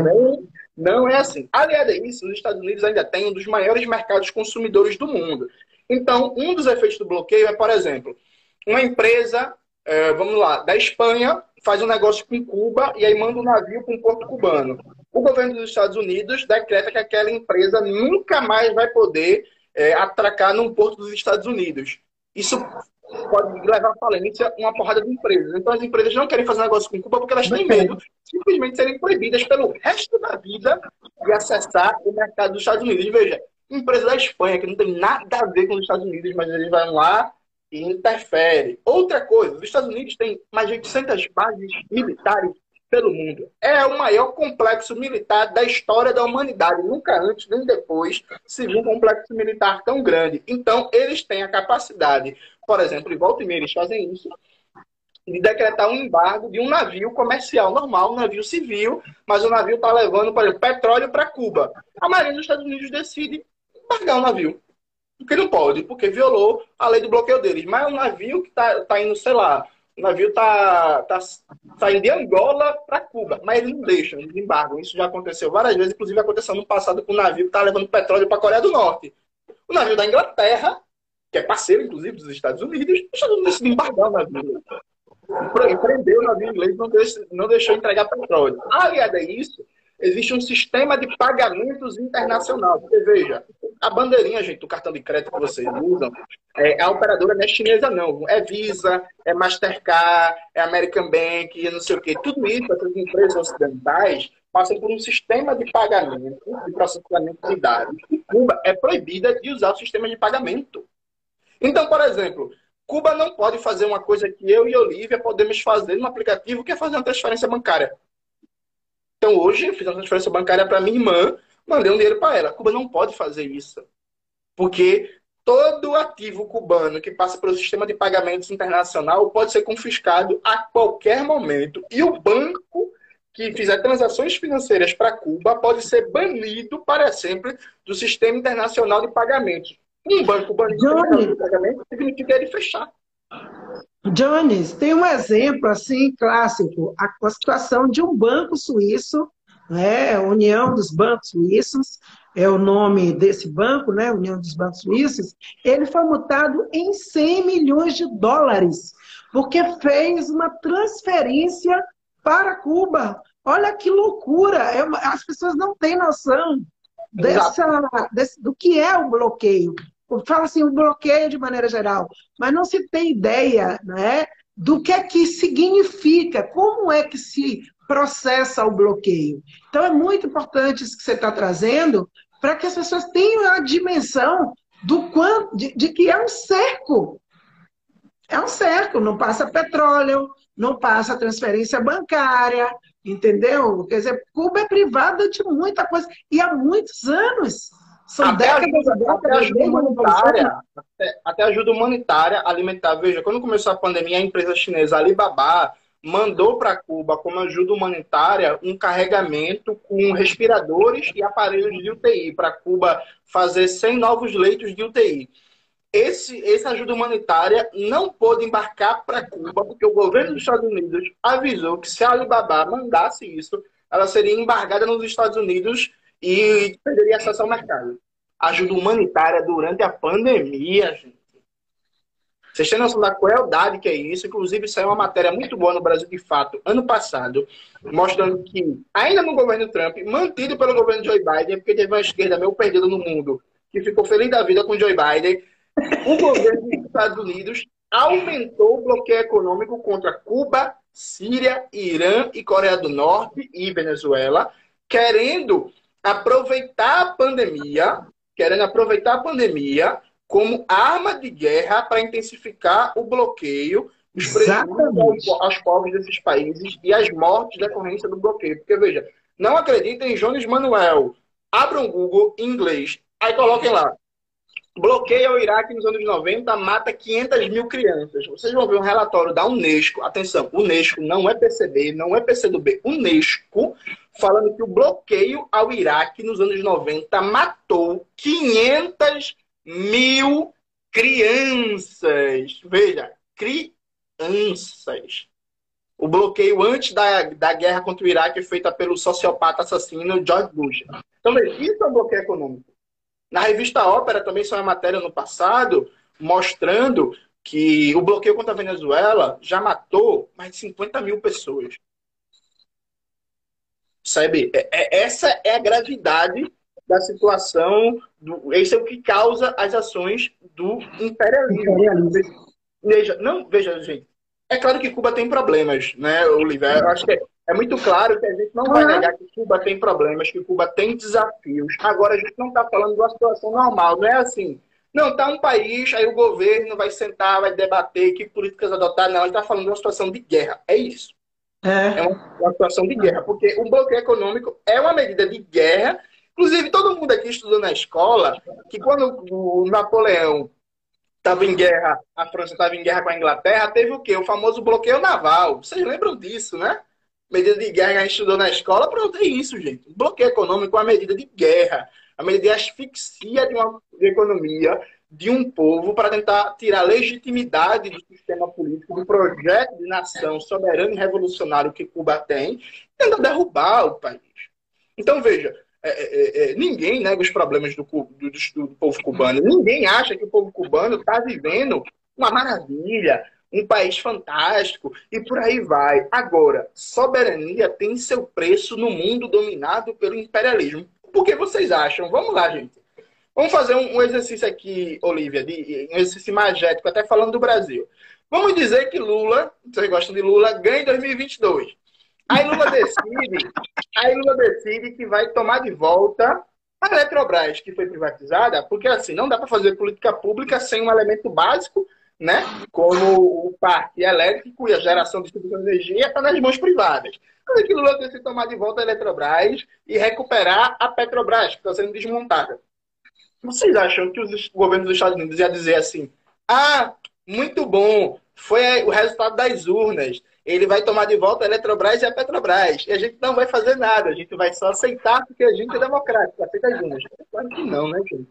Não é assim. Aliás, é isso, os Estados Unidos ainda têm um dos maiores mercados consumidores do mundo. Então, um dos efeitos do bloqueio é, por exemplo, uma empresa, vamos lá, da Espanha, faz um negócio com Cuba e aí manda um navio para um porto cubano. O governo dos Estados Unidos decreta que aquela empresa nunca mais vai poder atracar num porto dos Estados Unidos. Isso pode levar à falência uma porrada de empresas. Então as empresas não querem fazer negócio com Cuba porque elas têm medo de simplesmente serem proibidas pelo resto da vida de acessar o mercado dos Estados Unidos. E veja, empresa da Espanha, que não tem nada a ver com os Estados Unidos, mas eles vão lá e interfere. Outra coisa, os Estados Unidos têm mais de 800 bases militares pelo mundo. É o maior complexo militar da história da humanidade. Nunca antes, nem depois, se viu um complexo militar tão grande. Então, eles têm a capacidade, por exemplo, e volta e meia eles fazem isso, de decretar um embargo de um navio comercial normal, um navio civil, mas o navio está levando, por exemplo, petróleo para Cuba. A Marinha dos Estados Unidos decide embargar o navio. Porque não pode, porque violou a lei do bloqueio deles. Mas é um navio que tá indo, sei lá, o navio tá saindo de Angola para Cuba, mas eles não deixam, eles embargam. Isso já aconteceu várias vezes, inclusive aconteceu no passado com o navio que tá levando petróleo para a Coreia do Norte. O navio da Inglaterra, que é parceiro, inclusive, dos Estados Unidos, os Estados Unidos decidiram embargar o navio. Prendeu o navio inglês e não deixou entregar petróleo. Aliás a isso, existe um sistema de pagamentos internacional. Porque, veja, a bandeirinha, gente, do cartão de crédito que vocês usam, a operadora não é chinesa, não. É Visa, é Mastercard, é American Bank, não sei o quê. Tudo isso, essas empresas ocidentais, passam por um sistema de pagamento, de processamento de dados. E Cuba é proibida de usar o sistema de pagamento. Então, por exemplo, Cuba não pode fazer uma coisa que eu e a Olívia podemos fazer no aplicativo, que é fazer uma transferência bancária. Então, hoje, eu fiz uma transferência bancária para minha irmã, mandei um dinheiro para ela. Cuba não pode fazer isso. Porque todo ativo cubano que passa pelo sistema de pagamentos internacional pode ser confiscado a qualquer momento. E o banco que fizer transações financeiras para Cuba pode ser banido para sempre do sistema internacional de pagamentos. Um banco banido do sistema internacional de Johnny, pagamentos significa ele fechar. Jones, tem um exemplo assim clássico, a situação de um banco suíço, né, a União dos Bancos Suíços, é o nome desse banco, né, União dos Bancos Suíços, ele foi multado em 100 milhões de dólares, porque fez uma transferência para Cuba. Olha que loucura! As pessoas não têm noção Exato. do que é o bloqueio. Fala assim, o bloqueio de maneira geral, mas não se tem ideia, né, do que é que significa, como é que se processa o bloqueio. Então, é muito importante isso que você está trazendo, para que as pessoas tenham a dimensão do quanto, de que é um cerco. É um cerco, não passa petróleo, não passa transferência bancária, entendeu? Quer dizer, Cuba é privada de muita coisa, e há muitos anos. São Até décadas e até décadas ajuda desde a Revolução. humanitária, até ajuda humanitária alimentar. Veja, quando começou a pandemia, a empresa chinesa Alibaba mandou para Cuba, como ajuda humanitária, um carregamento com respiradores e aparelhos de UTI, para Cuba fazer 100 novos leitos de UTI. Essa ajuda humanitária não pôde embarcar para Cuba, porque o governo dos Estados Unidos avisou que se a Alibaba mandasse isso, ela seria embargada nos Estados Unidos e perderia acesso ao mercado. Ajuda humanitária durante a pandemia, gente. Vocês têm noção da crueldade que é isso? Inclusive, saiu uma matéria muito boa no Brasil de Fato, ano passado, mostrando que, ainda no governo Trump, mantido pelo governo Joe Biden, porque teve uma esquerda meio perdida no mundo, que ficou feliz da vida com Joe Biden, o governo dos Estados Unidos aumentou o bloqueio econômico contra Cuba, Síria, Irã e Coreia do Norte e Venezuela, querendo querendo aproveitar a pandemia como arma de guerra para intensificar o bloqueio, os prejuízos aos povos desses países e as mortes decorrência do bloqueio. Porque, veja, não acreditem em Jones Manuel. Abram o Google em inglês. Aí coloquem lá. Bloqueio ao Iraque nos anos 90 mata 500 mil crianças. Vocês vão ver um relatório da Unesco. Atenção, Unesco não é PCB, não é PCdoB. Unesco falando que o bloqueio ao Iraque nos anos 90 matou 500 mil crianças. Veja, crianças. O bloqueio antes da guerra contra o Iraque feita pelo sociopata assassino George Bush. Então, veja, isso é um bloqueio econômico. Na revista Ópera também saiu uma matéria no passado mostrando que o bloqueio contra a Venezuela já matou mais de 50 mil pessoas. Sabe? Essa é a gravidade da situação. Esse é o que causa as ações do imperialismo. Veja, gente. É claro que Cuba tem problemas, né, Olivia? Eu acho que é muito claro que a gente não vai negar que Cuba tem problemas, que Cuba tem desafios. Agora, a gente não está falando de uma situação normal, não é assim. Não, está um país, aí o governo vai sentar, vai debater que políticas adotar. Não, a gente está falando de uma situação de guerra. É isso. É uma situação de guerra, porque o bloqueio econômico é uma medida de guerra. Inclusive, todo mundo aqui estudou na escola que quando o Napoleão estava em guerra, a França estava em guerra com a Inglaterra, teve o quê? O famoso bloqueio naval. Vocês lembram disso, né? Medida de guerra que a gente estudou na escola, pronto, é isso, gente. O bloqueio econômico é uma medida de guerra, a medida de asfixia de uma economia, de um povo, para tentar tirar a legitimidade do sistema político, do projeto de nação soberano e revolucionário que Cuba tem, e tentar derrubar o país. Então, veja, ninguém nega os problemas do povo cubano. Ninguém acha que o povo cubano está vivendo uma maravilha, um país fantástico e por aí vai. Agora, soberania tem seu preço no mundo dominado pelo imperialismo. Por que vocês acham? Vamos lá, gente. Vamos fazer um exercício aqui, Olivia, um exercício magético, até falando do Brasil. Vamos dizer que Lula, vocês gostam de Lula, ganha em 2022. Aí Lula decide que vai tomar de volta a Eletrobras, que foi privatizada, porque assim, não dá para fazer política pública sem um elemento básico, né? Como o parque elétrico e a geração de distribuição de energia está nas mãos privadas. Mas aqui Lula decide tomar de volta a Eletrobras e recuperar a Petrobras, que está sendo desmontada. Vocês acham que os governos dos Estados Unidos iam dizer assim, muito bom, foi o resultado das urnas. Ele vai tomar de volta a Eletrobras e a Petrobras. E a gente não vai fazer nada, a gente vai só aceitar porque a gente é democrático, aceita as urnas. Claro que não, né, gente?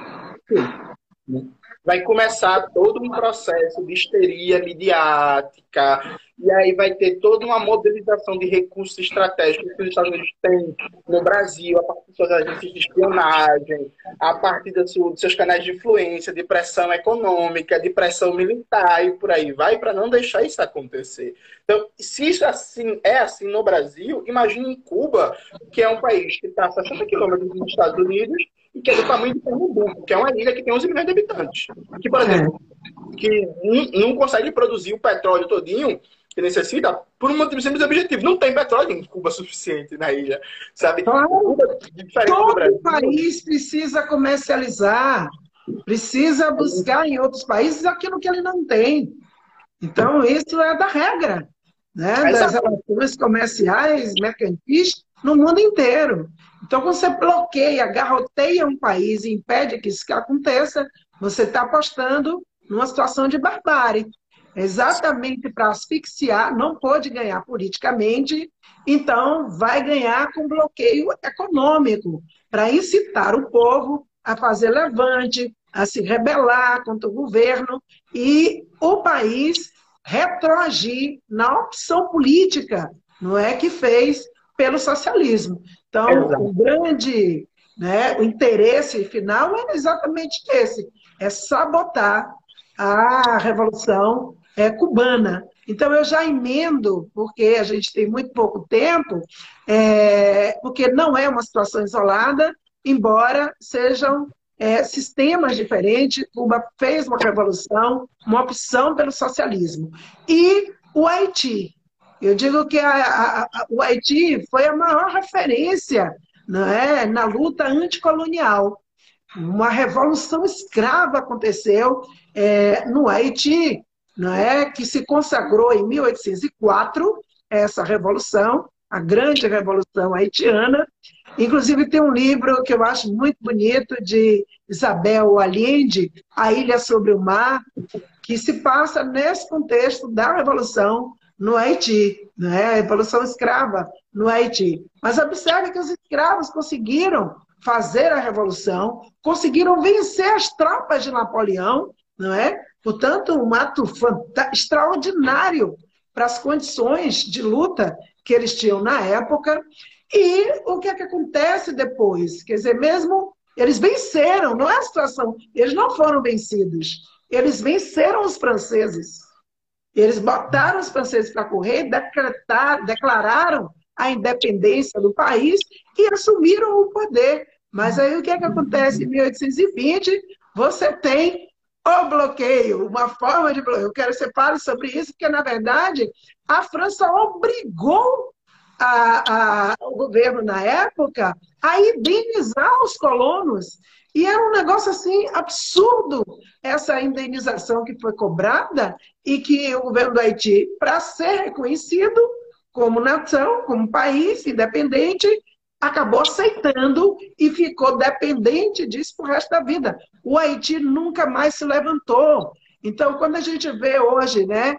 Sim. Vai começar todo um processo de histeria midiática, e aí vai ter toda uma mobilização de recursos estratégicos que os Estados Unidos têm no Brasil, a partir de suas agências de espionagem, a partir dos seus canais de influência, de pressão econômica, de pressão militar e por aí vai, para não deixar isso acontecer. Então, se isso é assim no Brasil, imagine em Cuba, que é um país que está a 60 quilômetros dos Estados Unidos e que é do tamanho de Pernambuco, que é uma ilha que tem 11 milhões de habitantes. Que, por exemplo, que não consegue produzir o petróleo todinho que necessita por um motivo simples e objetivo. Não tem petróleo em Cuba suficiente na ilha, sabe? Claro. Cuba, diferente do Todo Brasil, país precisa comercializar, precisa buscar em outros países aquilo que ele não tem. Então, isso é da regra, né? Das relações comerciais, mercantis, no mundo inteiro. Então, quando você bloqueia, garroteia um país e impede que isso aconteça, você está apostando numa situação de barbárie. Exatamente para asfixiar, não pode ganhar politicamente, então vai ganhar com bloqueio econômico, para incitar o povo a fazer levante, a se rebelar contra o governo e o país retroagir na opção política, não é que fez pelo socialismo. Então, o grande, né, o interesse final é exatamente esse, é sabotar a Revolução cubana. Então, eu já emendo, porque a gente tem muito pouco tempo, porque não é uma situação isolada, embora sejam sistemas diferentes. Cuba fez uma revolução, uma opção pelo socialismo. E o Haiti. Eu digo que o Haiti foi a maior referência, não é, na luta anticolonial. Uma revolução escrava aconteceu no Haiti, não é, que se consagrou em 1804, essa revolução, a grande revolução haitiana. Inclusive tem um livro que eu acho muito bonito, de Isabel Allende, A Ilha sobre o Mar, que se passa nesse contexto da revolução no Haiti, né? A revolução escrava no Haiti. Mas observe que os escravos conseguiram fazer a revolução, conseguiram vencer as tropas de Napoleão, não é? Portanto, um ato extraordinário para as condições de luta que eles tinham na época. E o que é que acontece depois? Quer dizer, mesmo eles venceram, não é a situação, eles não foram vencidos, eles venceram os franceses. Eles botaram os franceses para correr, declararam a independência do país e assumiram o poder. Mas aí o que é que acontece? Em 1820, você tem o bloqueio, uma forma de bloqueio. Eu quero que você fale sobre isso, porque, na verdade, a França obrigou o governo, na época, a indenizar os colonos. E era um negócio assim absurdo, essa indenização que foi cobrada, e que o governo do Haiti, para ser reconhecido como nação, como país independente, acabou aceitando e ficou dependente disso pro resto da vida. O Haiti nunca mais se levantou. Então, quando a gente vê hoje, né,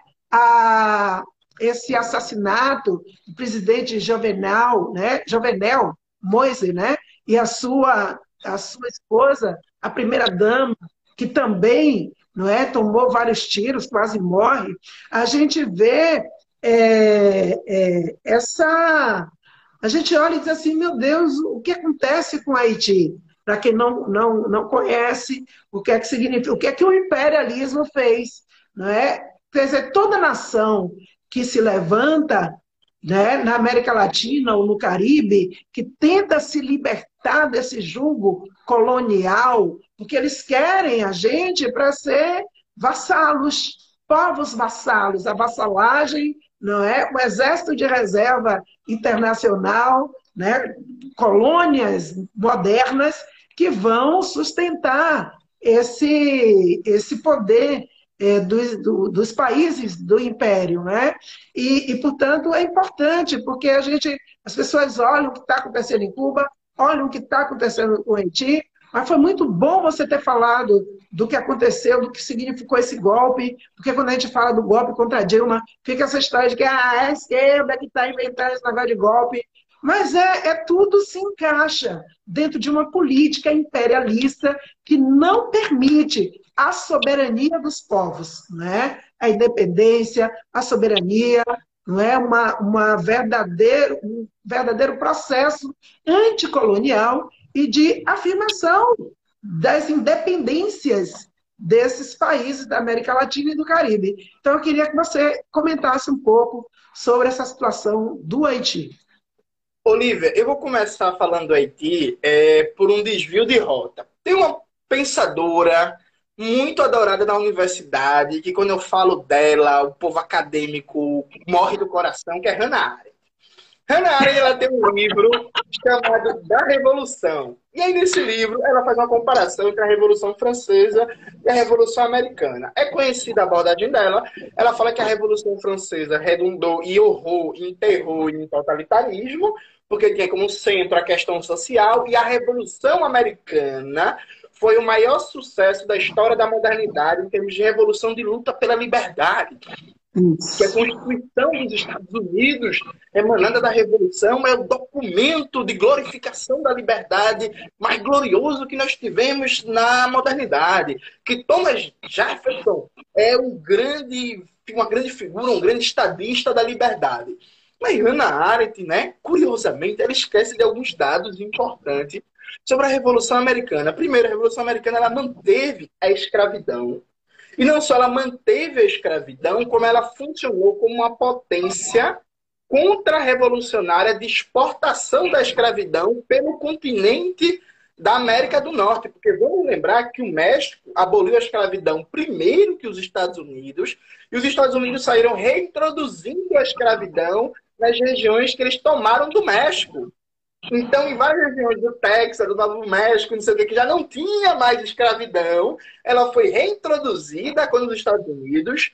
esse assassinato do presidente Jovenel Moise, né, e a sua esposa, a primeira-dama, que também, não é, tomou vários tiros, quase morre, a gente vê a gente olha e diz assim, meu Deus, o que acontece com Haiti? Para quem não conhece, o que é que significa, o que é que o imperialismo fez, não é? Quer dizer, toda nação que se levanta, né, na América Latina ou no Caribe, que tenta se libertar desse jugo colonial, porque eles querem a gente para ser vassalos, povos vassalos, a vassalagem, não é? O exército de reserva internacional, né? Colônias modernas que vão sustentar esse poder dos países do império, né? Portanto, é importante, porque as pessoas olham o que está acontecendo em Cuba, olham o que está acontecendo com o Haiti, Mas foi muito bom você ter falado do que aconteceu, do que significou esse golpe, porque quando a gente fala do golpe contra a Dilma, fica essa história de que é a esquerda que está inventando esse negócio de golpe. Mas tudo se encaixa dentro de uma política imperialista que não permite a soberania dos povos, né? A independência, a soberania, não é um verdadeiro processo anticolonial e de afirmação das independências desses países da América Latina e do Caribe. Então, eu queria que você comentasse um pouco sobre essa situação do Haiti. Olivia, eu vou começar falando do Haiti por um desvio de rota. Tem uma pensadora muito adorada na universidade, que quando eu falo dela, o povo acadêmico morre do coração, que é Hannah Arendt. Hannah Arendt, ela tem um livro chamado Da Revolução. E aí, nesse livro, ela faz uma comparação entre a Revolução Francesa e a Revolução Americana. É conhecida a abordagem dela. Ela fala que a Revolução Francesa redundou e enterrou em totalitarismo, porque tinha como centro a questão social, e a Revolução Americana foi o maior sucesso da história da modernidade em termos de revolução de luta pela liberdade. Que a Constituição dos Estados Unidos, emanada da Revolução, é o documento de glorificação da liberdade mais glorioso que nós tivemos na modernidade. Que Thomas Jefferson é uma grande figura, um grande estadista da liberdade. Mas Hannah Arendt, né, curiosamente, ela esquece de alguns dados importantes sobre a Revolução Americana. Primeiro, a Revolução Americana ela manteve a escravidão. E não só ela manteve a escravidão, como ela funcionou como uma potência contra-revolucionária de exportação da escravidão pelo continente da América do Norte. Porque vamos lembrar que o México aboliu a escravidão primeiro que os Estados Unidos, e os Estados Unidos saíram reintroduzindo a escravidão nas regiões que eles tomaram do México. Então, em várias regiões do Texas, do Novo México, não sei o que já não tinha mais escravidão, ela foi reintroduzida quando os Estados Unidos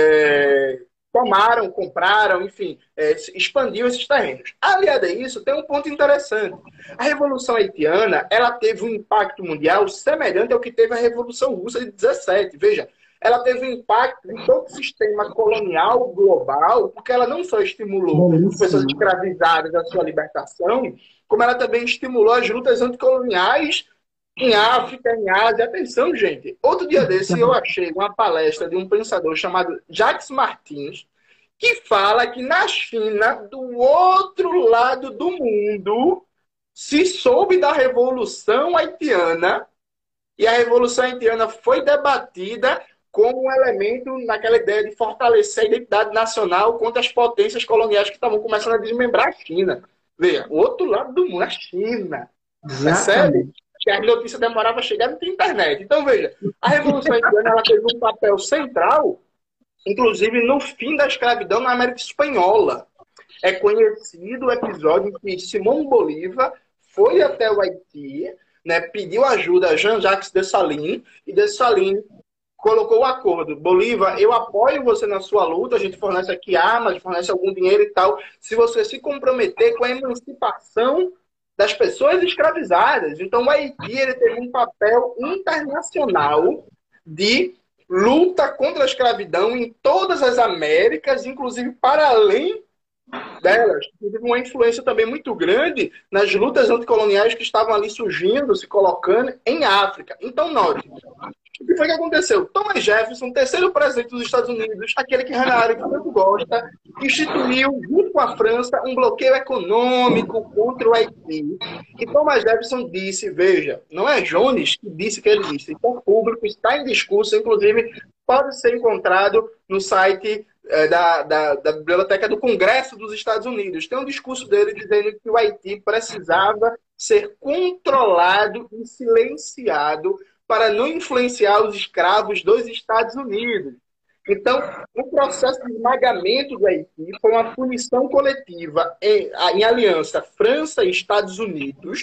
tomaram, compraram, enfim, expandiu esses terrenos. Aliado a isso, tem um ponto interessante. A Revolução Haitiana, ela teve um impacto mundial semelhante ao que teve a Revolução Russa de 17. Veja, ela teve um impacto em todo o sistema colonial global, porque ela não só estimulou as pessoas escravizadas à sua libertação, como ela também estimulou as lutas anticoloniais em África, em Ásia. Atenção, gente. Outro dia desse eu achei uma palestra de um pensador chamado Jacques Martins, que fala que na China, do outro lado do mundo, se soube da Revolução Haitiana, e a Revolução Haitiana foi debatida como um elemento naquela ideia de fortalecer a identidade nacional contra as potências coloniais que estavam começando a desmembrar a China. Veja, o outro lado do mundo, a China. Percebe? Que as notícias demoravam a chegar, não tem internet. Então, veja, a Revolução Haitiana ela teve um papel central, inclusive no fim da escravidão na América Espanhola. É conhecido o episódio em que Simão Bolívar foi até o Haiti, né, pediu ajuda a Jean-Jacques Dessalines, e Dessalines colocou o acordo. Bolívar, eu apoio você na sua luta, a gente fornece aqui armas, fornece algum dinheiro e tal, se você se comprometer com a emancipação das pessoas escravizadas. Então, o Haiti ele teve um papel internacional de luta contra a escravidão em todas as Américas, inclusive para além delas. Teve uma influência também muito grande nas lutas anticoloniais que estavam ali surgindo, se colocando em África. Então, note, o que foi que aconteceu? Thomas Jefferson, terceiro presidente dos Estados Unidos, aquele que Hannah Arendt tanto gosta, instituiu, junto com a França, um bloqueio econômico contra o Haiti. E Thomas Jefferson disse, veja, não é Jones que disse que ele disse, então público, está em discurso, inclusive pode ser encontrado no site da Biblioteca do Congresso dos Estados Unidos. Tem um discurso dele dizendo que o Haiti precisava ser controlado e silenciado para não influenciar os escravos dos Estados Unidos. Então, o processo de esmagamento do Haiti foi uma punição coletiva em aliança França e Estados Unidos,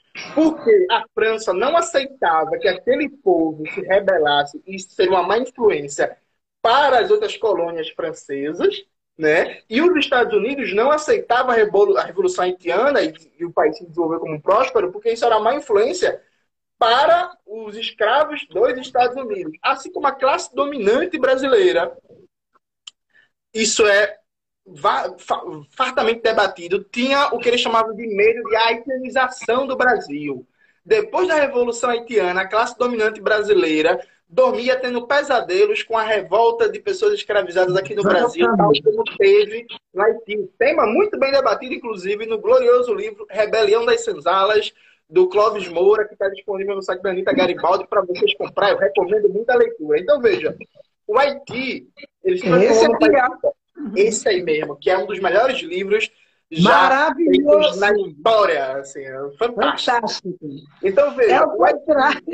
porque a França não aceitava que aquele povo se rebelasse, e isso seria uma má influência para as outras colônias francesas, né? E os Estados Unidos não aceitavam a Revolução Haitiana e o país se desenvolveu como próspero, porque isso era uma má influência para os escravos dos Estados Unidos, assim como a classe dominante brasileira. Isso é fartamente debatido, tinha o que eles chamavam de medo de haitianização do Brasil. Depois da Revolução Haitiana, a classe dominante brasileira dormia tendo pesadelos com a revolta de pessoas escravizadas aqui no Brasil, tal como teve no Haiti. Tema muito bem debatido, inclusive, no glorioso livro Rebelião das Senzalas, do Clóvis Moura, que está disponível no site da Anitta Garibaldi para vocês comprar. Eu recomendo muita leitura. Então, veja, o Haiti, eles esse aí mesmo, que é um dos melhores livros já feitos na história. Assim, é fantástico. Então, veja. É o contrário.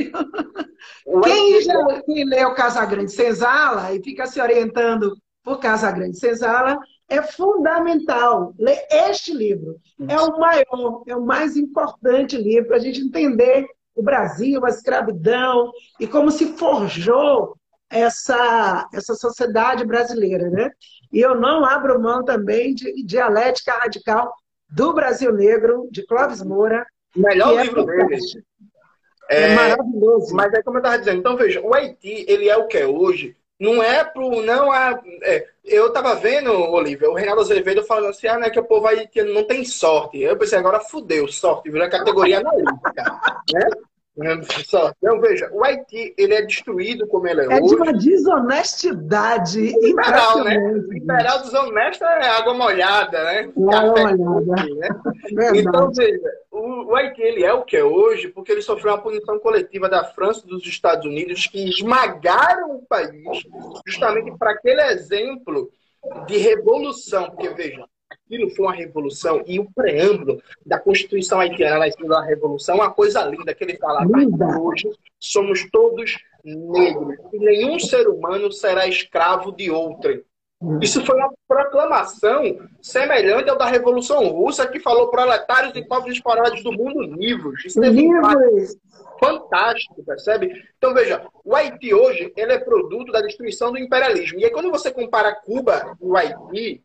Quem leu Casagrande Senzala e fica se orientando por Casagrande Senzala, é fundamental ler este livro. É o maior, é o mais importante livro para a gente entender o Brasil, a escravidão e como se forjou essa sociedade brasileira, né? E eu não abro mão também de Dialética Radical do Brasil Negro, de Clóvis Moura. O melhor livro dele. É maravilhoso. Mas é como eu estava dizendo. Então, veja, o Haiti, ele é o que é hoje. Não é pro... Não eu estava vendo, Olívia, o Reinaldo Azevedo falando assim, né, que o povo haitiano não tem sorte. Eu pensei, agora fudeu, sorte, virou a categoria analítica, né? Então, veja, o Haiti, ele é destruído como ele é hoje. É de uma desonestidade liberal, né? Liberal desonesta é água molhada, né? Café molhada. Né? Então, veja, o Haiti, ele é o que é hoje porque ele sofreu uma punição coletiva da França e dos Estados Unidos que esmagaram o país justamente para aquele exemplo de revolução. Porque, veja, aquilo foi uma revolução e o preâmbulo da Constituição haitiana nasceu da revolução, uma coisa linda que ele fala, hoje somos todos negros e nenhum ser humano será escravo de outrem. Isso foi uma proclamação semelhante ao da Revolução Russa, que falou proletários e povos explorados do mundo livres. Isso é fantástico, percebe? Então, veja, o Haiti hoje ele é produto da destruição do imperialismo. E aí, quando você compara Cuba e o Haiti,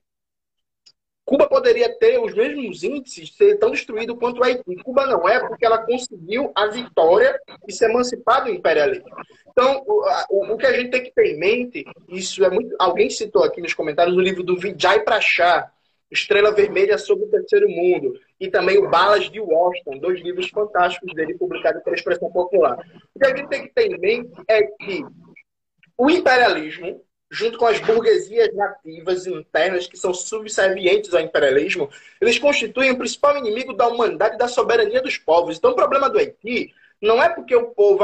Cuba poderia ter os mesmos índices, ser tão destruído quanto o Haiti. Cuba não é, porque ela conseguiu a vitória e se emancipar do imperialismo. Então, o que a gente tem que ter em mente, isso é muito... Alguém citou aqui nos comentários o livro do Vijay Prachar, Estrela Vermelha sobre o Terceiro Mundo, e também o Balas de Washington, 2 livros fantásticos dele, publicados pela Expressão Popular. O que a gente tem que ter em mente é que o imperialismo, junto com as burguesias nativas internas que são subservientes ao imperialismo, eles constituem o principal inimigo da humanidade e da soberania dos povos. Então, o problema do Haiti não é porque o povo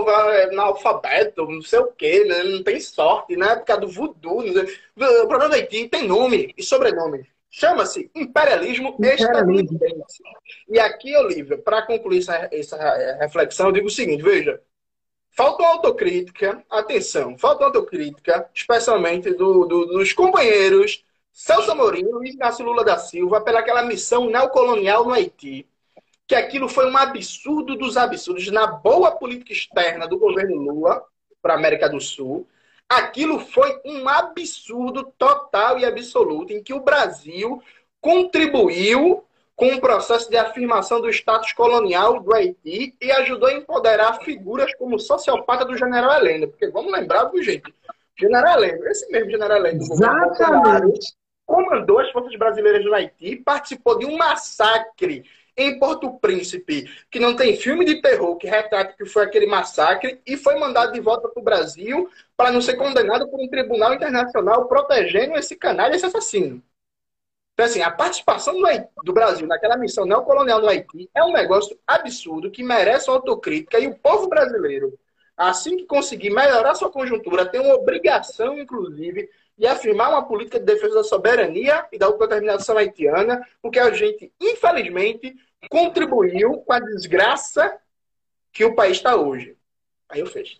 é analfabeto, não sei o quê, né? Não tem sorte, não é por causa do voodoo. O problema do Haiti tem nome e sobrenome. Chama-se imperialismo estadunidense. E aqui, Olívia, para concluir essa reflexão, eu digo o seguinte, veja, falta autocrítica, atenção, falta autocrítica, especialmente dos companheiros Celso Amorim e Luiz Inácio Lula da Silva pelaquela missão neocolonial no Haiti, que aquilo foi um absurdo dos absurdos na boa política externa do governo Lula para a América do Sul. Aquilo foi um absurdo total e absoluto em que o Brasil contribuiu com o processo de afirmação do status colonial do Haiti e ajudou a empoderar figuras como o sociopata do general Heleno. Porque vamos lembrar, gente, general Heleno, esse mesmo general Heleno do governo Bolsonaro, comandou as forças brasileiras no Haiti, participou de um massacre em Porto Príncipe, que não tem filme de terror que retrata que foi aquele massacre, e foi mandado de volta para o Brasil para não ser condenado por um tribunal internacional protegendo esse canalha, esse assassino. Então, assim, a participação do Brasil naquela missão neocolonial no Haiti é um negócio absurdo que merece uma autocrítica, e o povo brasileiro, assim que conseguir melhorar sua conjuntura, tem uma obrigação, inclusive, de afirmar uma política de defesa da soberania e da autodeterminação haitiana, porque a gente, infelizmente, contribuiu com a desgraça que o país está hoje. Aí eu fecho.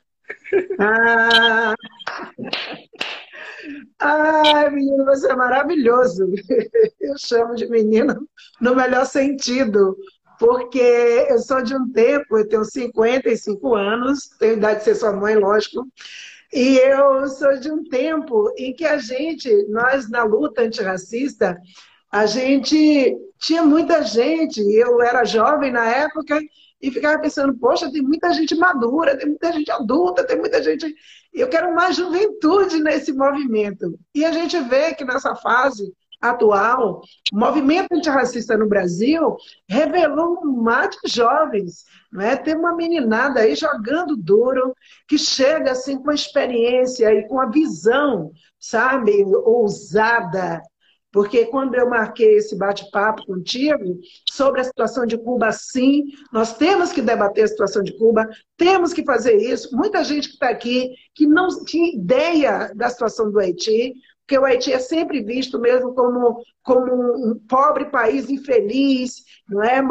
Ai, menino, você é maravilhoso. Eu chamo de menino no melhor sentido, porque eu sou de um tempo, eu tenho 55 anos, tenho idade de ser sua mãe, lógico, e eu sou de um tempo em que nós na luta antirracista, a gente tinha muita gente, eu era jovem na época, e ficava pensando, poxa, tem muita gente madura, tem muita gente adulta, tem muita gente... Eu quero mais juventude nesse movimento. E a gente vê que nessa fase atual, o movimento antirracista no Brasil revelou um mar de jovens, não é? Tem uma meninada aí jogando duro, que chega assim com a experiência e com a visão, sabe, ousada. Porque quando eu marquei esse bate-papo contigo sobre a situação de Cuba, sim, nós temos que debater a situação de Cuba, temos que fazer isso. Muita gente que está aqui que não tinha ideia da situação do Haiti, porque o Haiti é sempre visto mesmo como um pobre país infeliz, não é?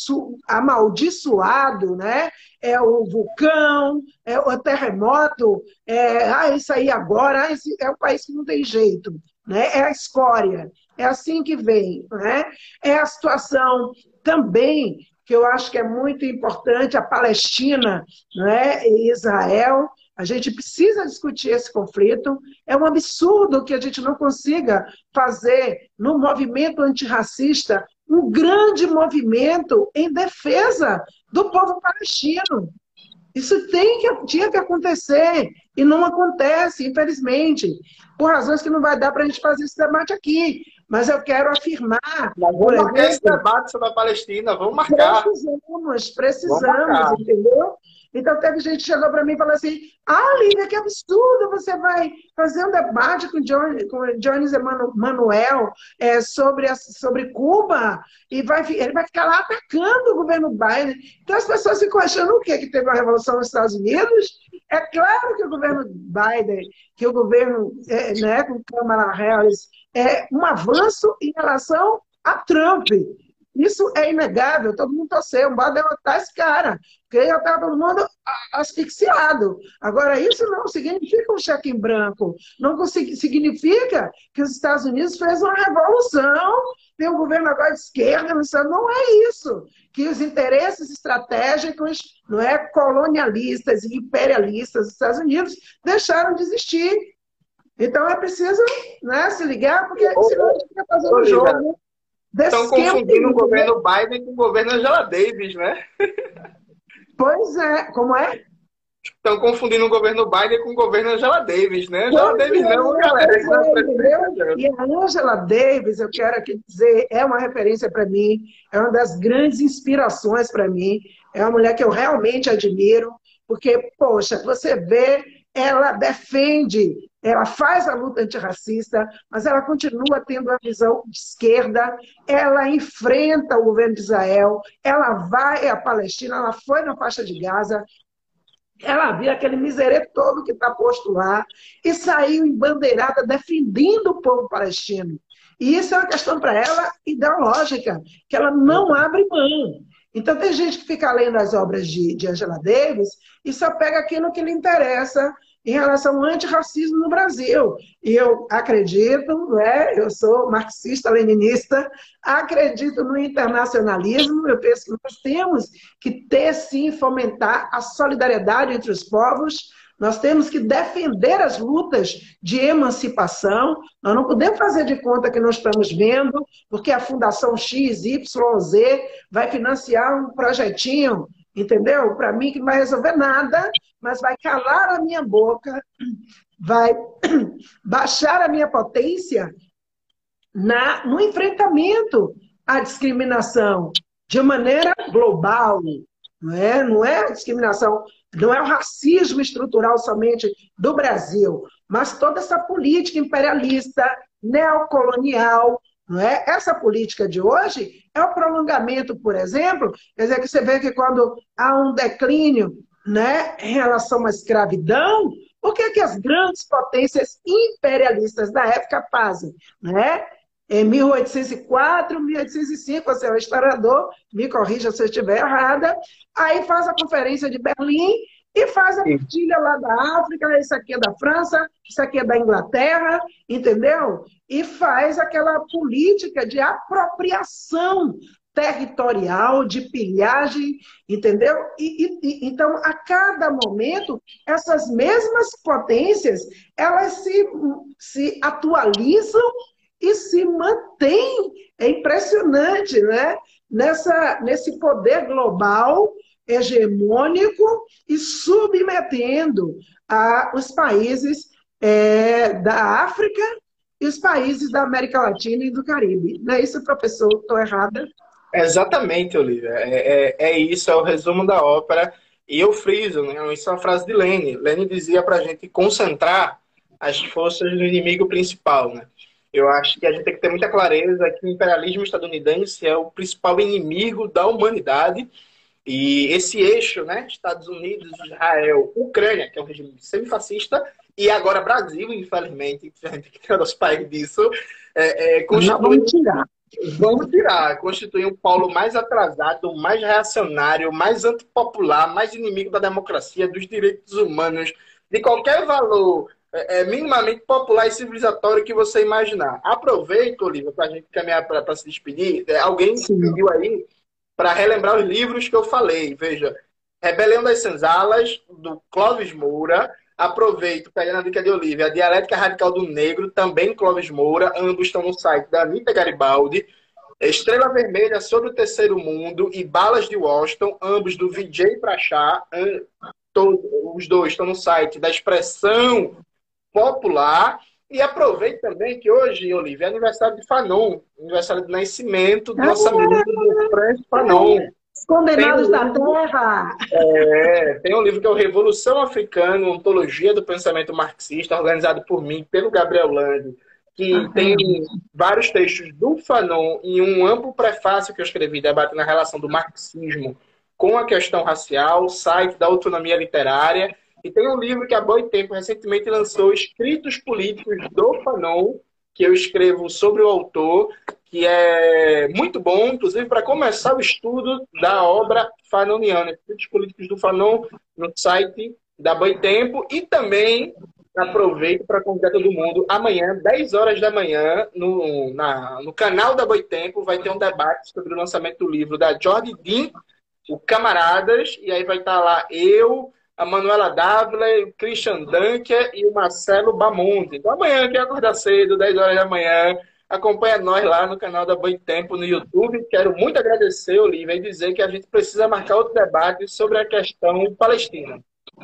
Amaldiçoado, né? É o vulcão, é o terremoto, isso aí agora, esse é um país que não tem jeito. Né? É a escória, é assim que vem. Né? É a situação também, que eu acho que é muito importante, a Palestina, né? E Israel. A gente precisa discutir esse conflito. É um absurdo que a gente não consiga fazer no movimento antirracista um grande movimento em defesa do povo palestino. Isso tinha que acontecer e não acontece, infelizmente, por razões que não vai dar para a gente fazer esse debate aqui. Mas eu quero afirmar... Nós vamos marcar esse debate sobre a Palestina, vamos marcar. Precisamos, entendeu? Então teve gente que chegou para mim e falou assim, Lívia, que absurdo, você vai fazer um debate com Jones Emanuel sobre Cuba e ele vai ficar lá atacando o governo Biden. Então as pessoas ficam achando o quê? Que teve uma revolução nos Estados Unidos? É claro que o governo Biden, que o governo né, com Kamala Harris, é um avanço em relação a Trump. Isso é inegável, todo mundo torceu, bora derrotar esse cara, porque já estava todo mundo asfixiado. Agora, isso não significa um cheque em branco, não significa que os Estados Unidos fez uma revolução, tem um governo agora de esquerda, não é isso. Que os interesses estratégicos, não é, colonialistas e imperialistas dos Estados Unidos deixaram de existir. Então é preciso, né, se ligar, porque senão a gente fica fazendo o jogo, né? Estão confundindo o governo Biden com o governo Angela Davis, né? Pois é, como é? Estão confundindo o governo Biden com o governo Angela Davis, né? Angela Davis não, galera. E a Angela Davis, eu quero aqui dizer, é uma referência para mim, é uma das grandes inspirações para mim, é uma mulher que eu realmente admiro, porque, poxa, você vê, ela defende, ela faz a luta antirracista, mas ela continua tendo uma visão de esquerda, ela enfrenta o governo de Israel, ela vai à Palestina, ela foi na faixa de Gaza, ela viu aquele miserê todo que está posto lá e saiu embandeirada defendendo o povo palestino. E isso é uma questão para ela ideológica, que ela não abre mão. Então tem gente que fica lendo as obras de Angela Davis e só pega aquilo que lhe interessa em relação ao antirracismo no Brasil. E eu acredito, né, eu sou marxista-leninista, acredito no internacionalismo, eu penso que nós temos que ter, sim, fomentar a solidariedade entre os povos, nós temos que defender as lutas de emancipação, nós não podemos fazer de conta que não estamos vendo, porque a Fundação XYZ vai financiar um projetinho, entendeu? Para mim, que não vai resolver nada, mas vai calar a minha boca, vai baixar a minha potência no enfrentamento à discriminação de maneira global. Não é a discriminação, não é o racismo estrutural somente do Brasil, mas toda essa política imperialista, neocolonial, não é? Essa política de hoje é o prolongamento, por exemplo, quer dizer que você vê que quando há um declínio, né, em relação à escravidão, o que é que as grandes potências imperialistas da época fazem? Né? Em 1804, 1805, você é o historiador, me corrija se eu estiver errada, aí faz a Conferência de Berlim e faz a partilha lá da África, isso aqui é da França, isso aqui é da Inglaterra, entendeu? E faz aquela política de apropriação territorial, de pilhagem, entendeu? Então, a cada momento, essas mesmas potências, elas se atualizam e se mantêm. É impressionante, né? Nesse poder global, hegemônico e submetendo os países da África e os países da América Latina e do Caribe. Não é isso, professor? Estou errada? Exatamente, Olivia. É isso, é o resumo da ópera. E eu friso, né? Isso é uma frase de Lenin. Lenin dizia para a gente concentrar as forças no inimigo principal, né? Eu acho que a gente tem que ter muita clareza que o imperialismo estadunidense é o principal inimigo da humanidade. E esse eixo, né? Estados Unidos, Israel, Ucrânia, que é um regime semifascista, e agora Brasil, infelizmente, a gente tem que tirar nosso país disso, Não, constitui. vamos tirar. Vamos tirar. Constitui um polo mais atrasado, mais reacionário, mais antipopular, mais inimigo da democracia, dos direitos humanos, de qualquer valor minimamente popular e civilizatório que você imaginar. Aproveito, Olivia, para a gente caminhar para se despedir. Alguém Sim. pediu aí para relembrar os livros que eu falei. Veja, Rebelião das Senzalas, do Clóvis Moura. Aproveito, pegando a dica de Olivia, a Dialética Radical do Negro, também Clóvis Moura. Ambos estão no site da Anitta Garibaldi. Estrela Vermelha sobre o Terceiro Mundo e Balas de Washington, ambos do Vijay Prachá. Os dois estão no site da Expressão Popular. E aproveito também que hoje, Olivia, é aniversário de Fanon, aniversário de nascimento do nosso amigo Francis Fanon. Condenados da Terra! Tem um livro que é o Revolução Africana, uma ontologia do pensamento marxista, organizado por mim, pelo Gabriel Lande, que tem vários textos do Fanon e um amplo prefácio que eu escrevi debatendo a relação do marxismo com a questão racial, site da autonomia literária. E tem um livro que a Boitempo recentemente lançou, Escritos Políticos do Fanon, que eu escrevo sobre o autor, que é muito bom, inclusive, para começar o estudo da obra fanoniana. Escritos Políticos do Fanon, no site da Boitempo. E também aproveito para convidar todo mundo, amanhã, 10 horas da manhã, no canal da Boitempo, vai ter um debate sobre o lançamento do livro da Jordi Dean, o Camaradas, e aí vai estar lá eu, a Manuela Dávila, o Christian Dunker e o Marcelo Bamonte. Então amanhã, quem acordar cedo, 10 horas da manhã, acompanha nós lá no canal da Boitempo no YouTube. Quero muito agradecer, Olivia, e dizer que a gente precisa marcar outro debate sobre a questão palestina.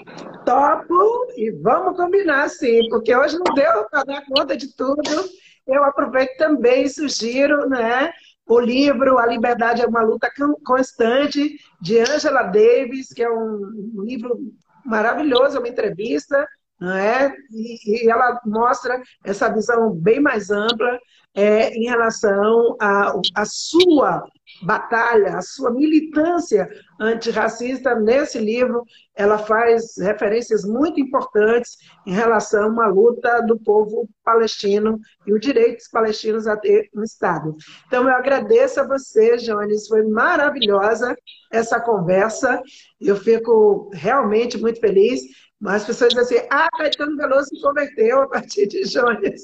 Topo e vamos combinar, sim, porque hoje não deu para dar conta de tudo. Eu aproveito também e sugiro, né, o livro A Liberdade é uma Luta Constante, de Angela Davis, que é um livro maravilhoso, é uma entrevista, não é? E ela mostra essa visão bem mais ampla em relação à sua batalha, à sua militância antirracista. Nesse livro, ela faz referências muito importantes em relação à luta do povo palestino e os direitos palestinos a ter um Estado. Então, eu agradeço a você, Jones, foi maravilhosa essa conversa, eu fico realmente muito feliz. Mas as pessoas dizem assim, Caetano Veloso se converteu a partir de Jones.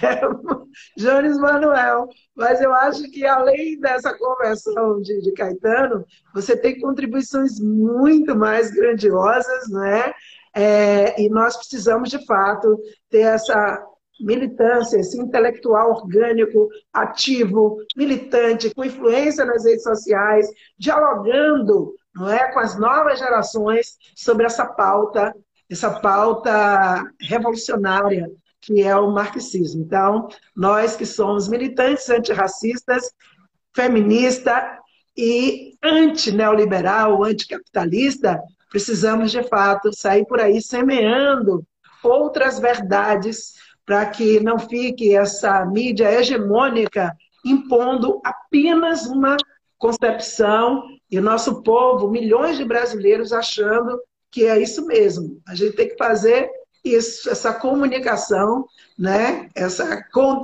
Jones Manuel. Mas eu acho que, além dessa conversão de Caetano, você tem contribuições muito mais grandiosas, não é? E nós precisamos, de fato, ter essa militância, esse intelectual orgânico, ativo, militante, com influência nas redes sociais, dialogando, não é, com as novas gerações sobre essa pauta revolucionária que é o marxismo. Então, nós que somos militantes antirracistas, feminista e antineoliberal, anticapitalista, precisamos, de fato, sair por aí semeando outras verdades para que não fique essa mídia hegemônica impondo apenas uma concepção e o nosso povo, milhões de brasileiros, achando que é isso mesmo. A gente tem que fazer isso, essa comunicação, né? Essa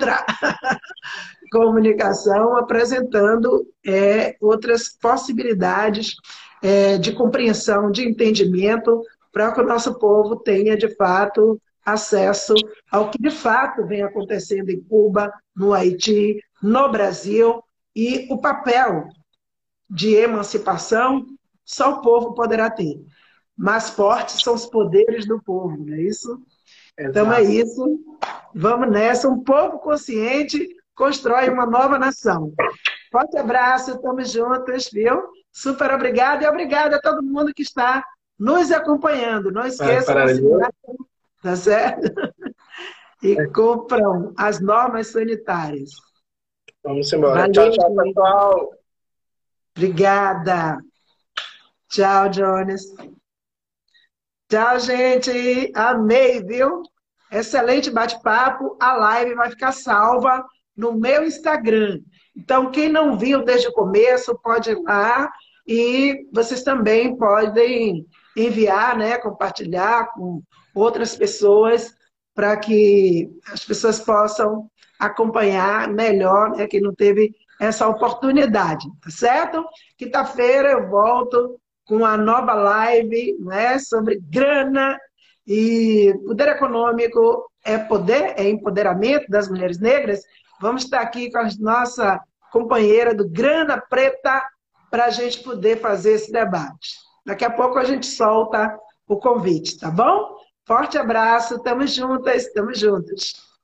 contra-comunicação, apresentando outras possibilidades de compreensão, de entendimento, para que o nosso povo tenha, de fato, acesso ao que, de fato, vem acontecendo em Cuba, no Haiti, no Brasil, e o papel de emancipação só o povo poderá ter. Mais fortes são os poderes do povo, não é isso? Exato. Então é isso. Vamos nessa. Um povo consciente constrói uma nova nação. Forte abraço, estamos juntos, viu? Super obrigada e obrigada a todo mundo que está nos acompanhando. Não esqueçam Para de assinar, tá certo? E cumpram as normas sanitárias. Vamos embora. Tchau, Valeu, tchau, gente. pessoal. Obrigada. Tchau, Jones. Tchau, gente. Amei, viu? Excelente bate-papo. A live vai ficar salva no meu Instagram. Então, quem não viu desde o começo, pode ir lá e vocês também podem enviar, né, compartilhar com outras pessoas para que as pessoas possam acompanhar melhor, né, quem não teve essa oportunidade, tá certo? Quinta-feira eu volto com a nova live, né, sobre grana e poder econômico é poder, é empoderamento das mulheres negras. Vamos estar aqui com a nossa companheira do Grana Preta para a gente poder fazer esse debate. Daqui a pouco a gente solta o convite, tá bom? Forte abraço, estamos juntas, estamos juntos.